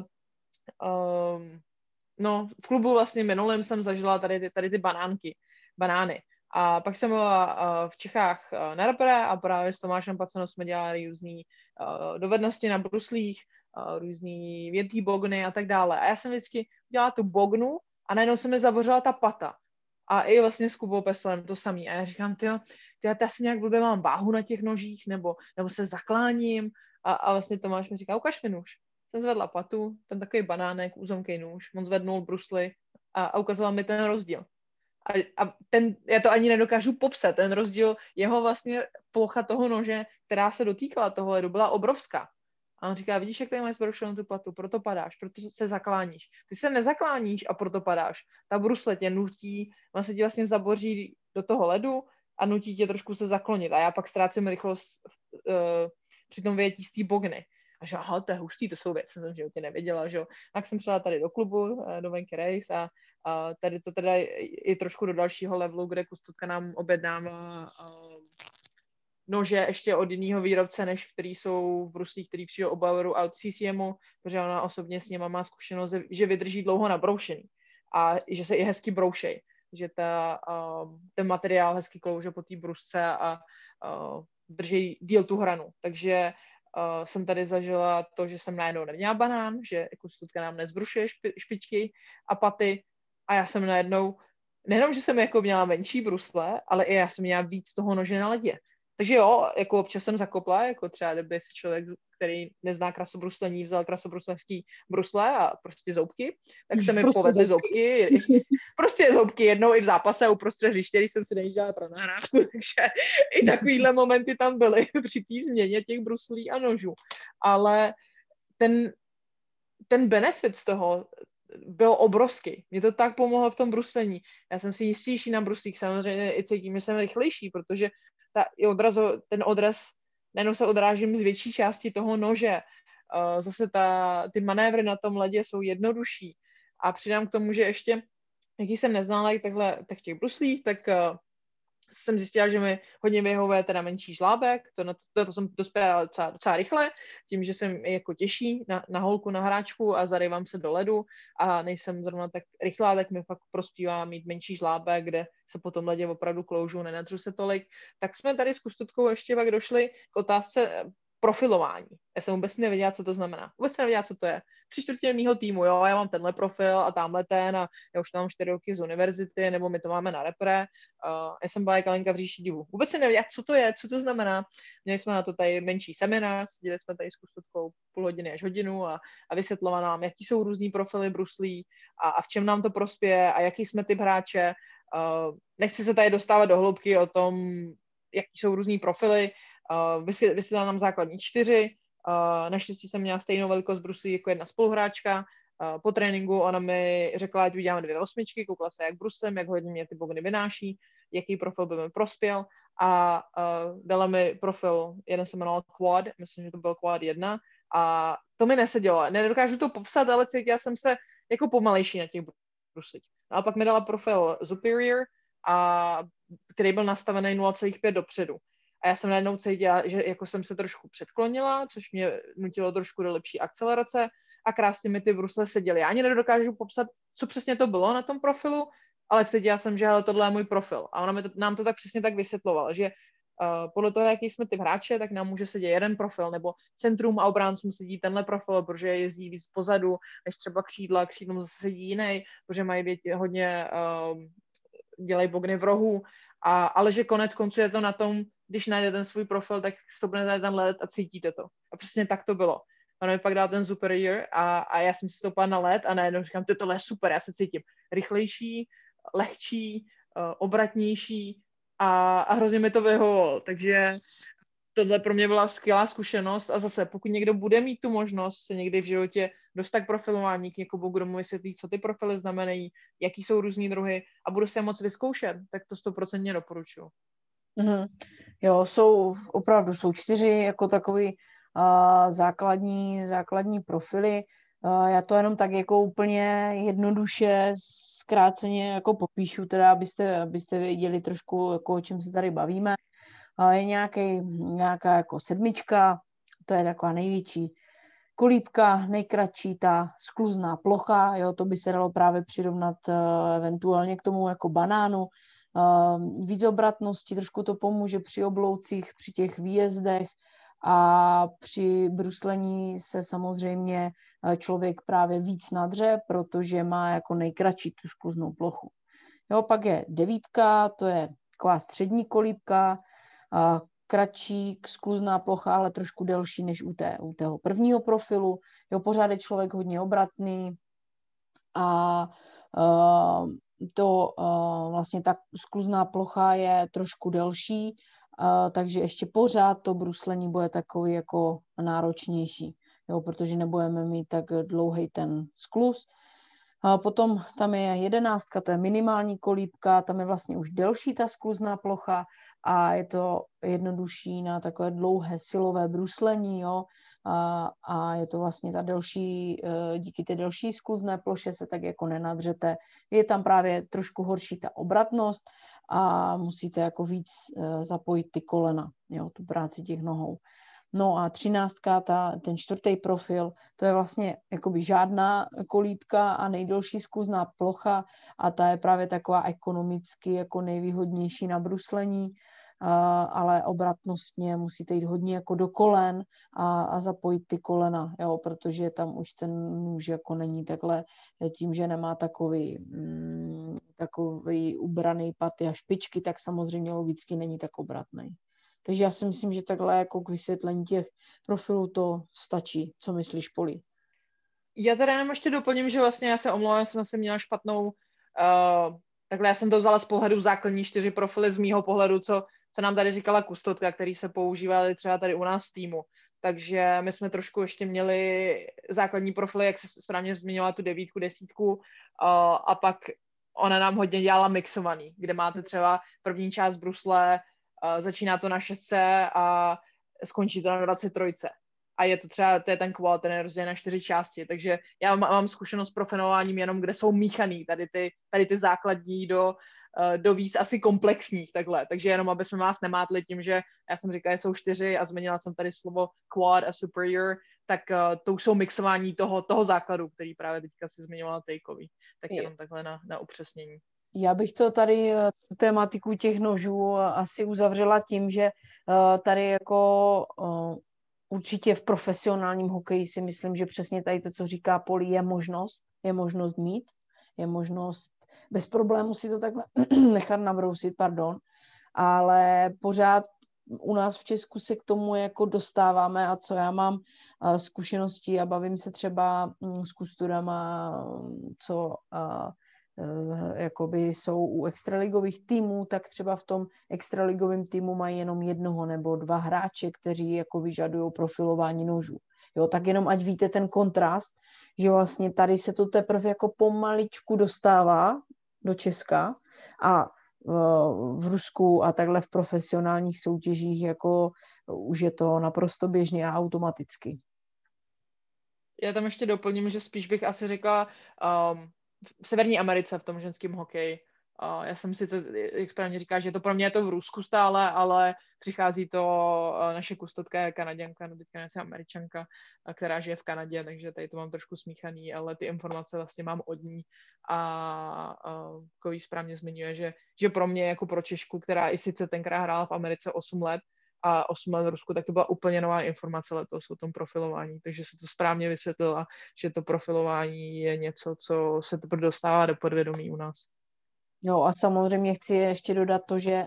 um, no, v klubu vlastně minulém jsem zažila tady ty, tady ty banánky, banány. A pak jsem byla uh, v Čechách uh, na repre a právě s Tomášem Pacenou jsme dělali různé uh, dovednosti na bruslích, uh, různý větý bogny a tak dále. A já jsem vždycky dělala tu bognu a najednou se mi zavořila ta pata. A i vlastně s Kubou Peslem to samý. A já říkám, tyjo, tyjo, já asi nějak blbě mám váhu na těch nožích, nebo, nebo se zakláním. A, a vlastně Tomáš mi říká, ukaž mi nůž. Jsem zvedla patu, ten takový banánek, úzomkej nůž, on zvednul brusly a, a ukazoval mi ten rozdíl. A, a ten, já to ani nedokážu popsat, ten rozdíl, jeho vlastně plocha toho nože, která se dotýkala toho ledu, byla obrovská. A on říká, vidíš, jak tady máš zbroušenou tu patu, proto padáš, proto se zakláníš. Ty se nezakláníš a proto padáš. Ta brusle tě nutí, ona se ti vlastně zaboří do toho ledu a nutí tě trošku se zaklonit. A já pak ztrácím rychlost uh, při tom vyjetí z té bogny. A že aha, to je hustý, to jsou věci, jsem v životě nevěděla, že jo. Tak jsem přišla tady do klubu, do Venky Race a, a tady to teda je trošku do dalšího levelu, kde Kustotka nám objednává nože ještě od jiného výrobce, než který jsou v bruslích, který přijdou od Baueru a od C C M u, protože ona osobně s nima má zkušenost, že vydrží dlouho na broušení a že se i hezky broušej, že ta, ten materiál hezky klouže po té brusce a drží díl tu hranu. Takže Uh, jsem tady zažila to, že jsem najednou neměla banán, že Kustotka nám nezbrušuje špi, špičky a paty a já jsem najednou, nejenom, že jsem jako měla menší brusle, ale i já jsem měla víc toho nože na ledě. Takže jo, jako občas jsem zakopla, jako třeba kdyby si člověk, který nezná krasobruslení, vzal krasobruslařský brusle a prostě zoubky, tak se mi prostě povedly zoubky. zoubky. Prostě zoubky jednou i v zápase uprostřed hřiště, když jsem si nejížděla pro nahrávku, takže i takovýhle momenty tam byly při té změně těch bruslí a nožů. Ale ten, ten benefit z toho byl obrovský. Mě to tak pomohlo v tom bruslení. Já jsem si jistější na bruslích, samozřejmě i cítím, že jsem rychlejší, protože ta, odrazo, ten odraz najednou se odrážím z větší části toho nože. Uh, zase ta, ty manévry na tom ledě jsou jednodušší. A přidám k tomu, že ještě, jaký jsem neznala takhle tak těch bruslích, tak uh, jsem zjistila, že mi hodně vyhovuje teda menší žlábek, to, na to, to jsem dospěla docela, docela rychle, tím, že jsem jako těžší na, na holku, na hráčku a zarývám se do ledu a nejsem zrovna tak rychlá, tak mi fakt prospívá mít menší žlábek, kde se po tom ledě opravdu kloužu, nenadřu se tolik. Tak jsme tady s Kustutkou ještě pak došli k otázce profilování. Já jsem vůbec nevěděla, co to znamená. Vůbec nevěděla, co to je. Tři čtvrtě mýho týmu, jo, já mám tenhle profil a tamhle ten a já už tam mám čtyři roky z univerzity, nebo my to máme na repre. Uh, já jsem byla jak Alenka v říši divu. Vůbec jsem nevěděla, co to je, co to znamená. Měli jsme na to tady menší seminář, seděli jsme tady s Kustutkou půl hodiny až hodinu a, a vysvětlovala nám, jaký jsou různý profily bruslí a, a v čem nám to prospěje a jaký jsme typ hráče. Uh, nechci se tady dostávat do hloubky o tom, jaký jsou různý profily. Uh, vysvětlila nám základní čtyři. Uh, naštěstí jsem měla stejnou velikost bruslí jako jedna spoluhráčka. Uh, po tréninku ona mi řekla, ať uděláme dvě osmičky, koukla se jak bruslem, jak hodně mě ty bogny vynáší, jaký profil by mi prospěl a uh, dala mi profil, jeden se jmenoval Quad, myslím, že to byl Quad jedna a to mi nesedělo. Nedokážu to popsat, ale cítila jsem se jako pomalejší na těch bruslích. No a pak mi dala profil Superior, a, který byl nastavený nula celá pět dopředu. A já jsem najednou cítila, že jako jsem se trošku předklonila, což mě nutilo trošku do lepší akcelerace a krásně mi ty brusle seděly. Já ani nedokážu popsat, co přesně to bylo na tom profilu, ale cítila jsem, že hele, tohle je můj profil. A ona mi to, nám to tak přesně tak vysvětlovala, že uh, podle toho, jaký jsme ty hráče, tak nám může sedět jeden profil, nebo centrum a obráncům sedí tenhle profil, protože jezdí víc pozadu, než třeba křídla, křídlům zase sedí jiný, protože mají vět, hodně, uh, dělají bogny v rohu, a, ale že konec konců je to na tom, když najde ten svůj profil, tak stopnete ten led a cítíte to. A přesně tak to bylo. Ono mi pak dal ten Superior a, a já jsem si stoupala na led a najednou říkám, tohle je super, já se cítím rychlejší, lehčí, uh, obratnější a, a hrozně mi to vyhovovalo. Takže tohle pro mě byla skvělá zkušenost a zase, pokud někdo bude mít tu možnost se někdy v životě dostat k profilování, k někomu, kdo mu vysvětlí, co ty profily znamenají, jaký jsou různý druhy a budu se je moc vyzkoušet, tak to stoprocentně doporučuji. Mm-hmm. Jo, jsou opravdu, jsou čtyři jako takový uh, základní, základní profily. Uh, já to jenom tak jako úplně jednoduše, zkráceně jako popíšu, teda abyste, abyste věděli trošku, jako, o čem se tady bavíme. Uh, je nějaký, nějaká jako sedmička, to je taková největší. Kolíbka, nejkratší, ta skluzná plocha, jo, to by se dalo právě přirovnat uh, eventuálně k tomu jako banánu. Uh, víc obratnosti, trošku to pomůže při obloucích, při těch výjezdech a při bruslení se samozřejmě člověk právě víc nadře, protože má jako nejkratší tu skluznou plochu. Jo, pak je devítka, to je taková střední kolíbka, uh, kratší skluzná plocha, ale trošku delší než u, té, u tého prvního profilu. Jo, pořád je člověk hodně obratný a uh, to uh, vlastně ta skluzná plocha je trošku delší, uh, takže ještě pořád to bruslení bude takový jako náročnější, jo, protože nebudeme mít tak dlouhý ten skluz. A potom tam je jedenáctka, to je minimální kolíbka, tam je vlastně už delší ta skluzná plocha a je to jednodušší na takové dlouhé silové bruslení, jo, a, a je to vlastně ta delší, díky té delší skluzné ploše se tak jako nenadřete. Je tam právě trošku horší ta obratnost a musíte jako víc zapojit ty kolena, jo, tu práci těch nohou. No a třináctka, ta, ten čtvrtý profil, to je vlastně jakoby žádná kolíbka a nejdelší skluzná plocha a ta je právě taková ekonomicky jako nejvýhodnější na bruslení, ale obratnostně musíte jít hodně jako do kolen a, a zapojit ty kolena, jo, protože tam už ten nůž jako není takhle tím, že nemá takový, mm, takový ubraný paty a špičky, tak samozřejmě logicky není tak obratný. Takže já si myslím, že takhle jako k vysvětlení těch profilů to stačí. Co myslíš, Poli? Já teda jenom ještě doplním, že vlastně já se omlouvám, jsem asi měla špatnou, uh, takhle já jsem to vzala z pohledu základní čtyři profily, z mýho pohledu, co, co nám tady říkala Kustotka, který se používaly třeba tady u nás v týmu. Takže my jsme trošku ještě měli základní profily, jak se správně zmiňovala tu devítku, desítku, uh, a pak ona nám hodně dělala mixovaný, kde máte třeba první část brusle, Uh, začíná to na šestce a skončí to na dvacet tři. A je to třeba, to je ten quad, ten je rozdělen na čtyři části, takže já mám, mám zkušenost s profenováním jenom, kde jsou míchaný tady ty, tady ty základní do, do víc asi komplexních takhle, takže jenom, aby jsme vás nemátli tím, že já jsem říkala, že jsou čtyři a změnila jsem tady slovo quad a superior, tak uh, to už jsou mixování toho, toho základu, který právě teďka si zmiňovala Tejkový, tak jenom takhle na, na upřesnění. Já bych to tady, tu tématiku těch nožů asi uzavřela tím, že uh, tady jako uh, určitě v profesionálním hokeji si myslím, že přesně tady to, co říká Poli, je možnost, je možnost mít, je možnost bez problému si to takhle nechat nabrousit, pardon, ale pořád u nás v Česku se k tomu jako dostáváme a co já mám uh, zkušenosti a bavím se třeba um, s kusturama, co uh, uh, jakoby jsou u extraligových týmů, tak třeba v tom extraligovém týmu mají jenom jednoho nebo dva hráče, kteří jako vyžadují profilování nožů. Jo, tak jenom ať víte ten kontrast, že vlastně tady se to teprve jako pomaličku dostává do Česka a v Rusku a takhle v profesionálních soutěžích jako už je to naprosto běžně a automaticky. Já tam ještě doplním, že spíš bych asi řekla um, v Severní Americe v tom ženském hokeji. Uh, já jsem sice, jak správně říká, že to pro mě je to v Rusku stále, ale přichází to, uh, naše kustotka je Kanaděnka, no teďka nejsem Američanka, uh, která žije v Kanadě, takže tady to mám trošku smíchaný, ale ty informace vlastně mám od ní a uh, Kový správně zmiňuje, že, že pro mě jako pro Češku, která i sice tenkrát hrála v Americe osm let a osm let v Rusku, tak to byla úplně nová informace letos o tom profilování, takže se to správně vysvětlila, že to profilování je něco, co se teprve dostává do podvědomí u nás. No a samozřejmě chci ještě dodat to, že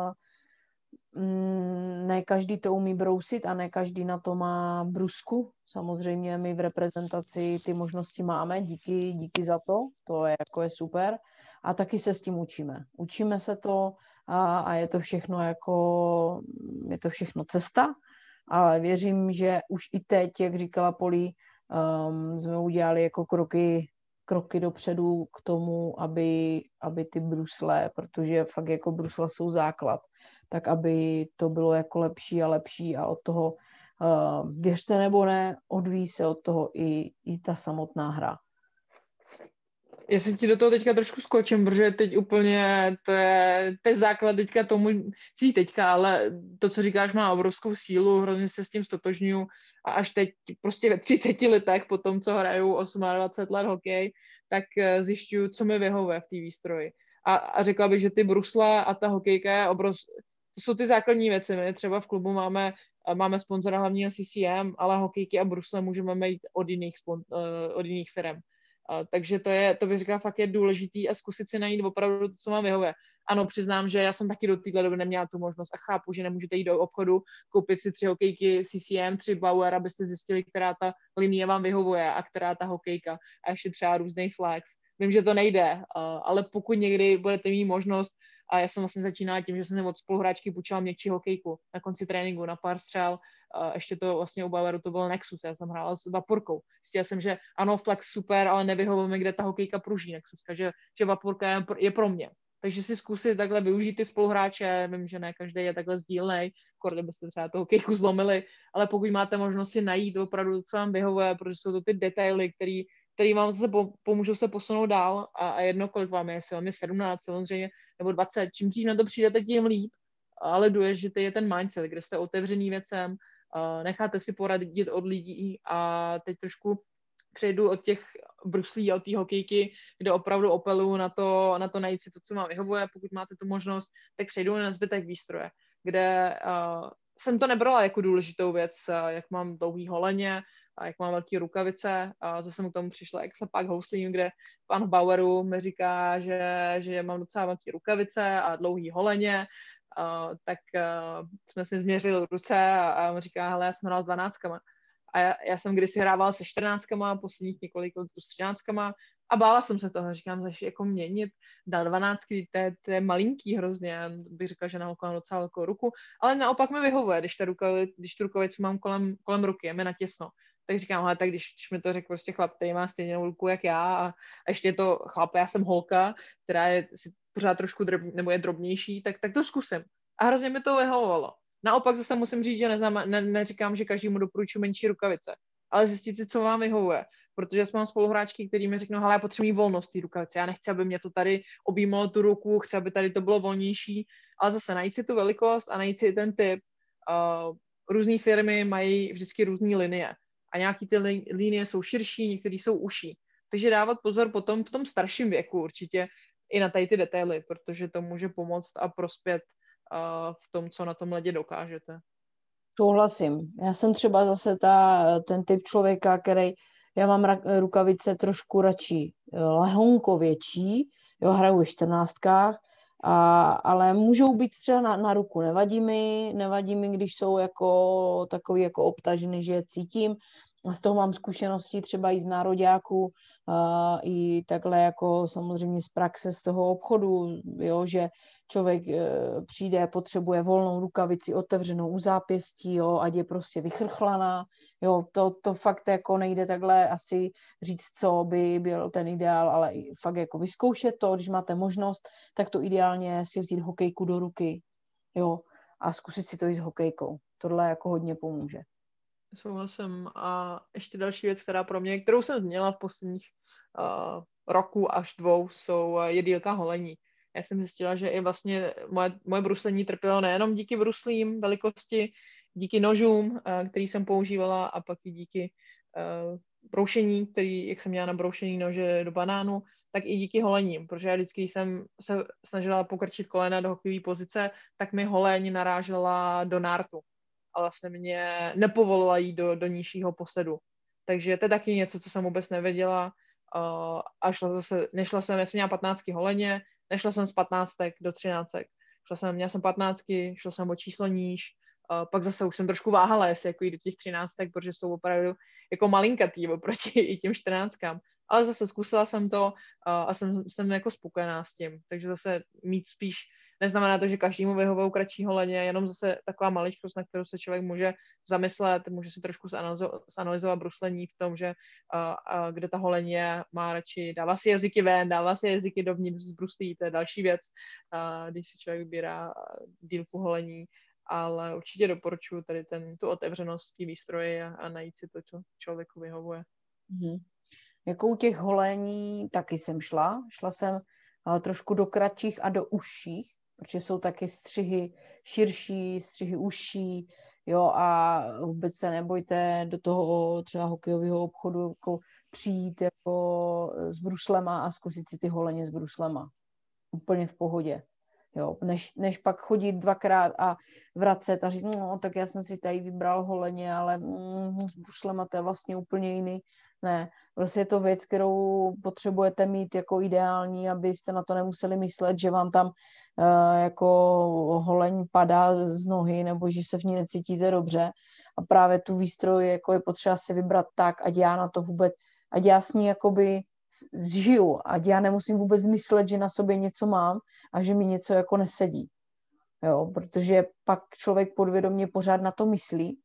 ne každý to umí brousit a ne každý na to má brusku. Samozřejmě my v reprezentaci ty možnosti máme, díky, díky za to, to je jako je super. A taky se s tím učíme. Učíme se to a, a je to všechno jako, je to všechno cesta, ale věřím, že už i teď, jak říkala Poli, um, jsme udělali jako kroky kroky dopředu k tomu, aby, aby ty brusle, protože fakt jako brusle jsou základ, tak aby to bylo jako lepší a lepší a od toho, uh, věřte nebo ne, odvíjí se od toho i, i ta samotná hra. Já jsem ti do toho teďka trošku skočím, protože teď úplně, to je, to je základ teďka tomu, si teďka, ale to, co říkáš, má obrovskou sílu, hrozně se s tím stotožňuju a až teď prostě ve třiceti letech, po tom, co hraju dvacet osm let hokej, tak zjišťuju, co mi vyhovuje v té výstroji. A, a řekla bych, že ty brusle a ta hokejka je obrov... to jsou ty základní věci. My třeba v klubu máme, máme sponzora hlavního C C M, ale hokejky a brusle můžeme mít od jiných, spon... od jiných firm. Uh, takže to je, to bych říkala, fakt je důležitý a zkusit si najít opravdu to, co vám vyhovuje. Ano, přiznám, že já jsem taky do téhle doby neměla tu možnost a chápu, že nemůžete jít do obchodu, koupit si tři hokejky C C M, tři Bauer, abyste zjistili, která ta linie vám vyhovuje a která ta hokejka a ještě třeba různý flex. Vím, že to nejde, uh, ale pokud někdy budete mít možnost, a já jsem vlastně začínala tím, že jsem od spoluhráčky půjčila měkčí hokejku na konci tréninku, na pár střel. Uh, ještě to vlastně u Baueru to byl Nexus, já jsem hrála s vaporkou. Zjistila jsem, že ano, flex super, ale nevyhovuje mi, kde ta hokejka pruží Nexus, takže že vaporka je, je pro mě. Takže si zkusit takhle využít ty spoluhráče, vím, že ne každý je takhle sdílnej, skoro byste třeba tu hokejku zlomili, ale pokud máte možnost si najít opravdu, co vám vyhovuje, protože jsou to ty detaily, které který vám zase pomůžou se posunout dál a, a jedno, kolik vám je, jestli vám je sedmnáct samozřejmě, nebo dvacet, čím dřív na to přijdete, tím líp, ale důležitý je ten mindset, kde jste otevřený věcem, uh, necháte si poradit od lidí a teď trošku přejdu od těch bruslí a od té hokejky, kde opravdu opeluju na to, na to najít si to, co vám vyhovuje, pokud máte tu možnost, tak přejdu na zbytek výstroje, kde uh, jsem to nebrala jako důležitou věc, uh, jak mám dlouhý holeně, a jak mám velké rukavice. A zase mu k tomu přišla Exapack Houslím, kde pan v Baueru mi říká, že, že mám docela velké rukavice a dlouhý holeně. A, tak a, jsme si změřili ruce a, a on říká, hele, já jsem hrál s dvanáctkama. A já, já jsem kdysi hrával se čtrnáctkama, posledních několik let s třináctkama a bála jsem se toho. Říkám, že jako měnit na dvanáctky, to je, to je malinký hrozně. Bych řekla, že na holku mám docela velkou ruku, ale naopak mi vyhovuje, když, ta ruka, když tu rukavici mám kolem, kolem ruky, je mi natěsno. Tak říkám, hele, tak když, když mi to řekl prostě chlap, který má stejnou ruku jak já a, a ještě je to chlap, já jsem holka, která je si pořád trošku drobný, nebo je drobnější, tak, tak to zkusím. A hrozně mi to vyhovovalo. Naopak zase musím říct, že neznám, ne, neříkám, že každému doporučuji menší rukavice, ale zjistit si, co vám vyhovuje. Protože mám spoluhráčky, který mi řeknou, hele, já potřebuji volnost té rukavice, já nechci, aby mě to tady objímalo tu ruku, chci, aby tady to bylo volnější, ale zase najít si tu velikost a najít si ten typ. Uh, různé firmy mají vždycky různé linie a nějaký ty li, linie jsou širší, některé jsou uší. Takže dávat pozor potom v tom starším věku určitě i na tady ty detaily, protože to může pomoct a prospět uh, v tom, co na tom ledě dokážete. Souhlasím. Já jsem třeba zase ta, ten typ člověka, který, já mám ra- rukavice trošku radši lehonko větší, jo, hraju ve čtrnáctkách, a, ale můžou být třeba na, na ruku. Nevadí mi, nevadí mi, když jsou jako takový jako obtaženy, že je cítím. A z toho mám zkušenosti třeba i z nároďáků, a i takhle jako samozřejmě z praxe z toho obchodu, jo, že člověk e, přijde, potřebuje volnou rukavici otevřenou u zápěstí, jo, ať je prostě vychrchlaná, jo, to, to fakt jako nejde takhle asi říct, co by byl ten ideál, ale fakt jako vyzkoušet to, když máte možnost, tak to ideálně si vzít hokejku do ruky, jo, a zkusit si to i s hokejkou. Tohle jako hodně pomůže. Souhlasím. A ještě další věc, která pro mě, kterou jsem změnila v posledních uh, roku až dvou, jsou je dílka holení. Já jsem zjistila, že i vlastně moje, moje bruslení trpělo nejenom díky bruslím velikosti, díky nožům, uh, který jsem používala, a pak i díky uh, broušení, který, jak jsem měla na broušený nože do banánu, tak i díky holením, protože já vždycky jsem se snažila pokrčit kolena do hokejové pozice, tak mi holeň narážela do nártu a vlastně mě nepovolila jít do, do nižšího posedu. Takže to je taky něco, co jsem vůbec nevěděla. Uh, a šla zase, nešla jsem, já jsem měla patnáctky holeně, nešla jsem z patnáctek do třináctek. Šla jsem, měla jsem patnáctky, šla jsem o číslo níž, uh, pak zase už jsem trošku váhala, jestli jako jít do těch třináctek, protože jsou opravdu jako malinkatý oproti i těm čtrnáctkám. Ale zase zkusila jsem to uh, a jsem, jsem jako spokojená s tím. Takže zase mít spíš, neznamená to, že každému vyhovují kratší holeně, jenom zase taková maličkost, na kterou se člověk může zamyslet, může si trošku zanalyzovat bruslení v tom, že uh, uh, kde ta holeně má radši, dává si jazyky ven, dává si jazyky dovnitř z bruslí, to je další věc, uh, když si člověk vybírá dílku holení, ale určitě doporučuji tady ten, tu otevřenost té výstroje a, a najít si to, co člověku vyhovuje. Mm-hmm. Jako u těch holení taky jsem šla. Šla jsem uh, trošku do kratších a do užších, protože jsou taky střihy širší, střihy užší, jo, a vůbec se nebojte do toho třeba hokejového obchodu jako přijít jako s bruslema a zkusit si ty holeně s bruslema. Úplně v pohodě. Jo, než, než pak chodit dvakrát a vracet a říct, no, tak já jsem si tady vybral holeně, ale mm, s bruslema to je vlastně úplně jiný. Ne, vlastně je to věc, kterou potřebujete mít jako ideální, abyste na to nemuseli myslet, že vám tam uh, jako holeň padá z nohy, nebo že se v ní necítíte dobře. A právě tu výstroj jako je potřeba si vybrat tak, ať já na to vůbec, ať já s ní jakoby zžiju, ať já nemusím vůbec myslet, že na sobě něco mám a že mi něco jako nesedí. Jo, protože pak člověk podvědomě pořád na to myslí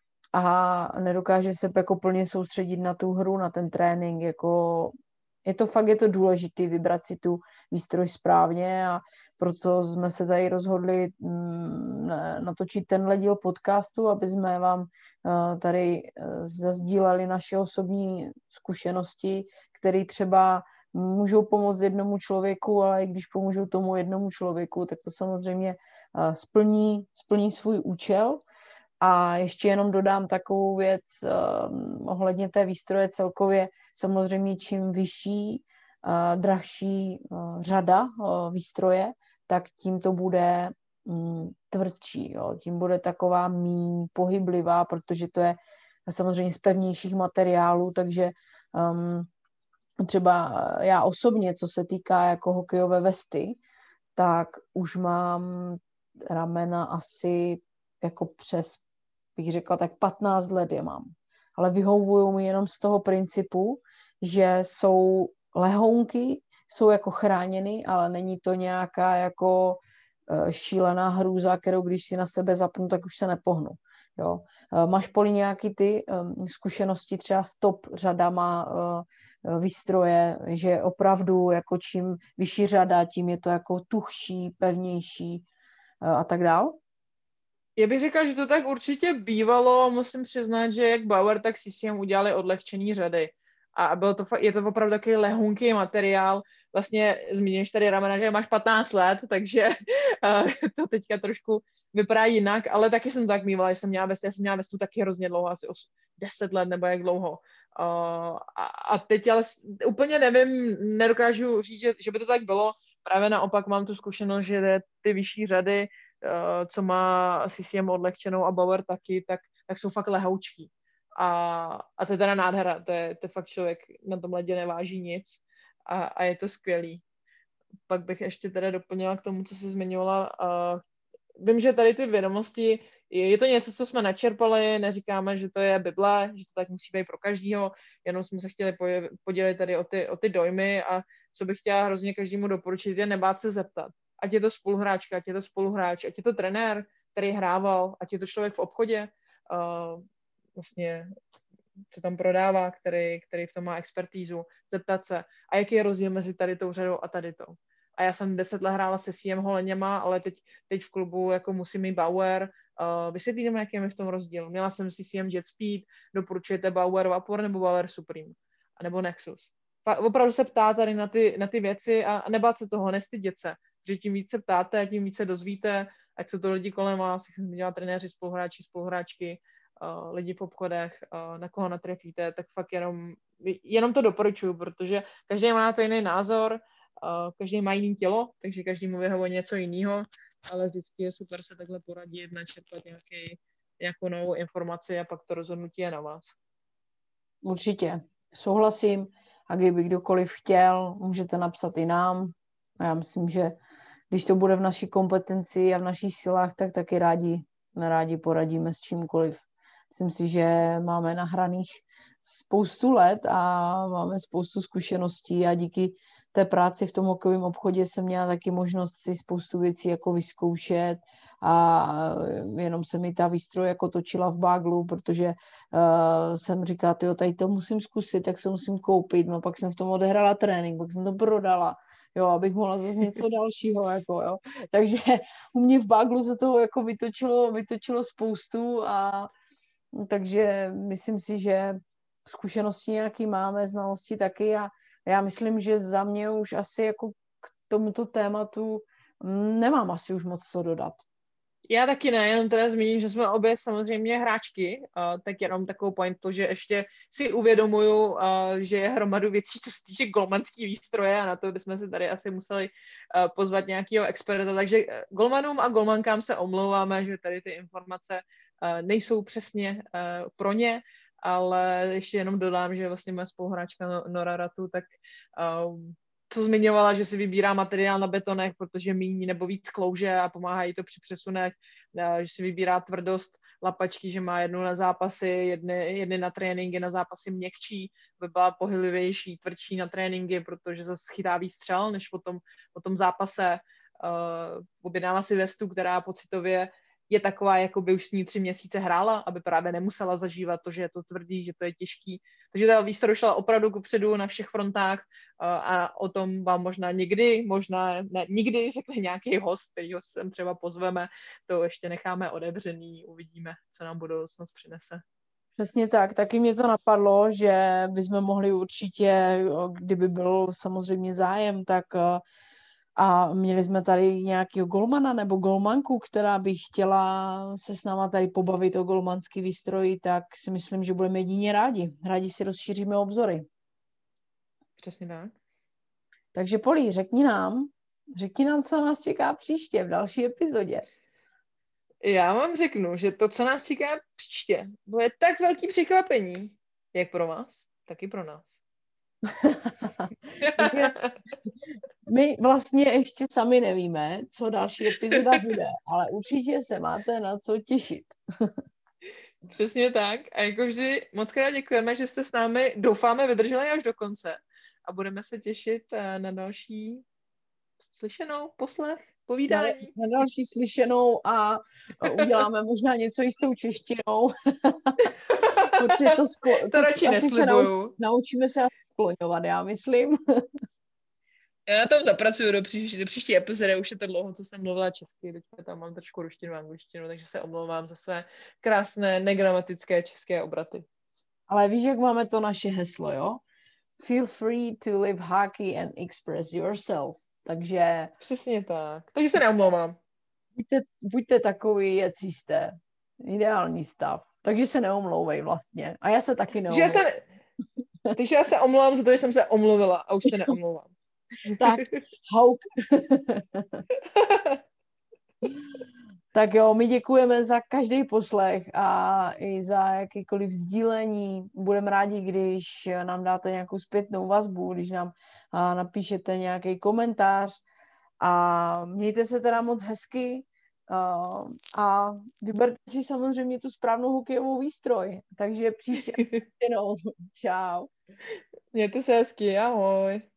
a nedokáže se jako plně soustředit na tu hru, na ten trénink. Jako je to fakt, je to důležité vybrat si tu výstroj správně a proto jsme se tady rozhodli mm, natočit tenhle díl podcastu, aby jsme vám uh, tady uh, zazdíleli naše osobní zkušenosti, které třeba můžou pomoct jednomu člověku, ale i když pomůžou tomu jednomu člověku, tak to samozřejmě uh, splní, splní svůj účel. A ještě jenom dodám takovou věc uh, ohledně té výstroje celkově. Samozřejmě čím vyšší, uh, drahší uh, řada uh, výstroje, tak tím to bude um, tvrdší. Jo. Tím bude taková míň pohyblivá, protože to je samozřejmě z pevnějších materiálů, takže um, třeba já osobně, co se týká jako hokejové vesty, tak už mám ramena asi jako přes, bych řekla, tak patnáct let je mám. Ale vyhovují mi jenom z toho principu, že jsou lehounky, jsou jako chráněny, ale není to nějaká jako šílená hrůza, kterou když si na sebe zapnu, tak už se nepohnu. Jo. Máš, Poli, nějaký ty um, zkušenosti třeba s top řadama uh, výstroje, že opravdu jako čím vyšší řada, tím je to jako tuhší, pevnější uh, a tak dál? Já bych řekla, že to tak určitě bývalo. Musím přiznat, že jak Bauer, tak C C M udělali odlehčený řady. A bylo to, je to opravdu takový lehunký materiál. Vlastně zmíníš tady ramena, že máš patnáct let, takže to teďka trošku vypadá jinak, ale taky jsem to tak mývala, že jsem měla vestu, já jsem měla vestu taky hrozně dlouho, asi deset let nebo jak dlouho. A, a teď ale úplně nevím, nedokážu říct, že, že by to tak bylo. Právě naopak mám tu zkušenost, že ty vyšší řady, co má C C M odlehčenou a Bauer taky, tak, tak jsou fakt lehoučký. A, a to je teda nádhera, to je, to je fakt člověk na tom ledě neváží nic a, a je to skvělý. Pak bych ještě teda doplnila k tomu, co jsi zmiňovala. Uh, vím, že tady ty vědomosti, je, je to něco, co jsme načerpali, neříkáme, že to je Bible, že to tak musí být pro každýho, jenom jsme se chtěli podělit tady o ty, o ty dojmy a co bych chtěla hrozně každému doporučit, je nebát se zeptat. Ať je to spoluhráčka, ať je to spoluhráč, ať je to trenér, který hrával, ať je to člověk v obchodě, uh, vlastně, co tam prodává, který, který v tom má expertízu, zeptat se, a jaký je rozdíl mezi tady tou řadou a tady tou. A já jsem deset let hrála se C M Holeněma, ale teď, teď v klubu jako musím mít Bauer. Uh, vysvětlíte mi, jaký je v tom rozdíl. Měla jsem C C M Jet Speed, doporučujete Bauer Vapor nebo Bauer Supreme, a nebo Nexus. Pa, opravdu se ptá tady na ty, na ty věci a, a nebát se toho, nestydět se, protože tím více ptáte, tím více dozvíte, ať jsou to lidi kolem vás, jak jsem dělala trenéři, spoluhráči, spoluhráčky, uh, lidi v obchodech, uh, na koho natrefíte, tak fakt jenom, jenom to doporučuju, protože každý má na to jiný názor, uh, každý má jiný tělo, takže každý mu vyhovuje něco jiného, ale vždycky je super se takhle poradit, načerpat nějaký, nějakou novou informaci a pak to rozhodnutí je na vás. Určitě, souhlasím, a kdyby kdokoliv chtěl, můžete napsat i nám. A já myslím, že když to bude v naší kompetenci a v našich silách, tak taky rádi, rádi poradíme s čímkoliv. Myslím si, že máme nahraných spoustu let a máme spoustu zkušeností a díky té práci v tom hokejovém obchodě jsem měla taky možnost si spoustu věcí jako vyzkoušet a jenom se mi ta výstroj jako točila v báglu, protože uh, jsem říkala, tyjo, tady to musím zkusit, tak se musím koupit, no pak jsem v tom odehrála trénink, pak jsem to prodala, jo, abych mohla zase něco dalšího, jako, jo. Takže u mě v báglu se toho jako vytočilo, vytočilo spoustu a takže myslím si, že zkušenosti nějaký máme, znalosti taky a já myslím, že za mě už asi jako k tomuto tématu nemám asi už moc co dodat. Já taky ne, jenom teda zmíním, že jsme obě samozřejmě hráčky, uh, tak jenom takovou pointu, že ještě si uvědomuju, uh, že je hromadu věcí, co se týče golmanský výstroje a na to bychom se tady asi museli uh, pozvat nějakého experta, takže golmanům a golmankám se omlouváme, že tady ty informace uh, nejsou přesně uh, pro ně, ale ještě jenom dodám, že vlastně moje spoluhráčka Nora Ratu, tak uh, co zmiňovala, že si vybírá materiál na betonech, protože míní nebo víc klouže a pomáhají to při přesunech, že si vybírá tvrdost lapačky, že má jednu na zápasy, jedny, jedny na tréninky, na zápasy měkčí, aby byla pohyblivější, tvrdší na tréninky, protože zase chytá víc střel, než po tom, po tom zápase. Uh, objednává si vestu, která pocitově je taková, jako by už s ní tři měsíce hrála, aby právě nemusela zažívat to, že je to tvrdý, že to je těžký. Takže ta výstroj šla opravdu kupředu na všech frontách a o tom vám možná někdy, možná ne, nikdy řekne nějaký host, kterýho sem třeba pozveme, to ještě necháme otevřený, uvidíme, co nám budoucnost přinese. Přesně tak, taky mě to napadlo, že bychom mohli určitě, kdyby byl samozřejmě zájem, tak a měli jsme tady nějakého golmana nebo golmanku, která by chtěla se s náma tady pobavit o golmanský výstroji, tak si myslím, že budeme jedině rádi. Rádi si rozšíříme obzory. Přesně tak. Takže Poli, řekni nám, řekni nám, co nás čeká příště v další epizodě. Já vám řeknu, že to, co nás čeká příště, bude tak velký překvapení, jak pro vás, tak i pro nás. My vlastně ještě sami nevíme, co další epizoda bude, ale určitě se máte na co těšit. Přesně tak. A jako vždy moc krát děkujeme, že jste s námi, doufáme, vydrželi až do konce a budeme se těšit na další slyšenou, poslech, povídání. Na, na další slyšenou a uděláme možná něco i s tou češtinou. Protože to, sklo, to, to radši neslibuju. Se nau, naučíme se skloňovat, já myslím. Já na tom zapracuju do příští, do příští epizody, už je to dlouho, co jsem mluvila česky, teďka tam mám trošku ruštinu a angličtinu, takže se omlouvám za své krásné, negramatické české obraty. Ale víš, jak máme to naše heslo, jo? Feel free to live hockey and express yourself. Takže... Přesně tak. Takže se neomlouvám. Buďte, buďte takový, jak jste. Ideální stav. Takže se neomlouvej vlastně. A já se taky Takže já neomlouvám. se, takže já se omlouvám za to, že jsem se omluvila a už se neomlouvám. Tak, hauk. Tak jo, my děkujeme za každý poslech a i za jakýkoliv sdílení. Budeme rádi, když nám dáte nějakou zpětnou vazbu, když nám a, napíšete nějaký komentář a mějte se teda moc hezky a, a vyberte si samozřejmě tu správnou hokejovou výstroj. Takže příště jenom. Čau. Mějte se hezky, ahoj.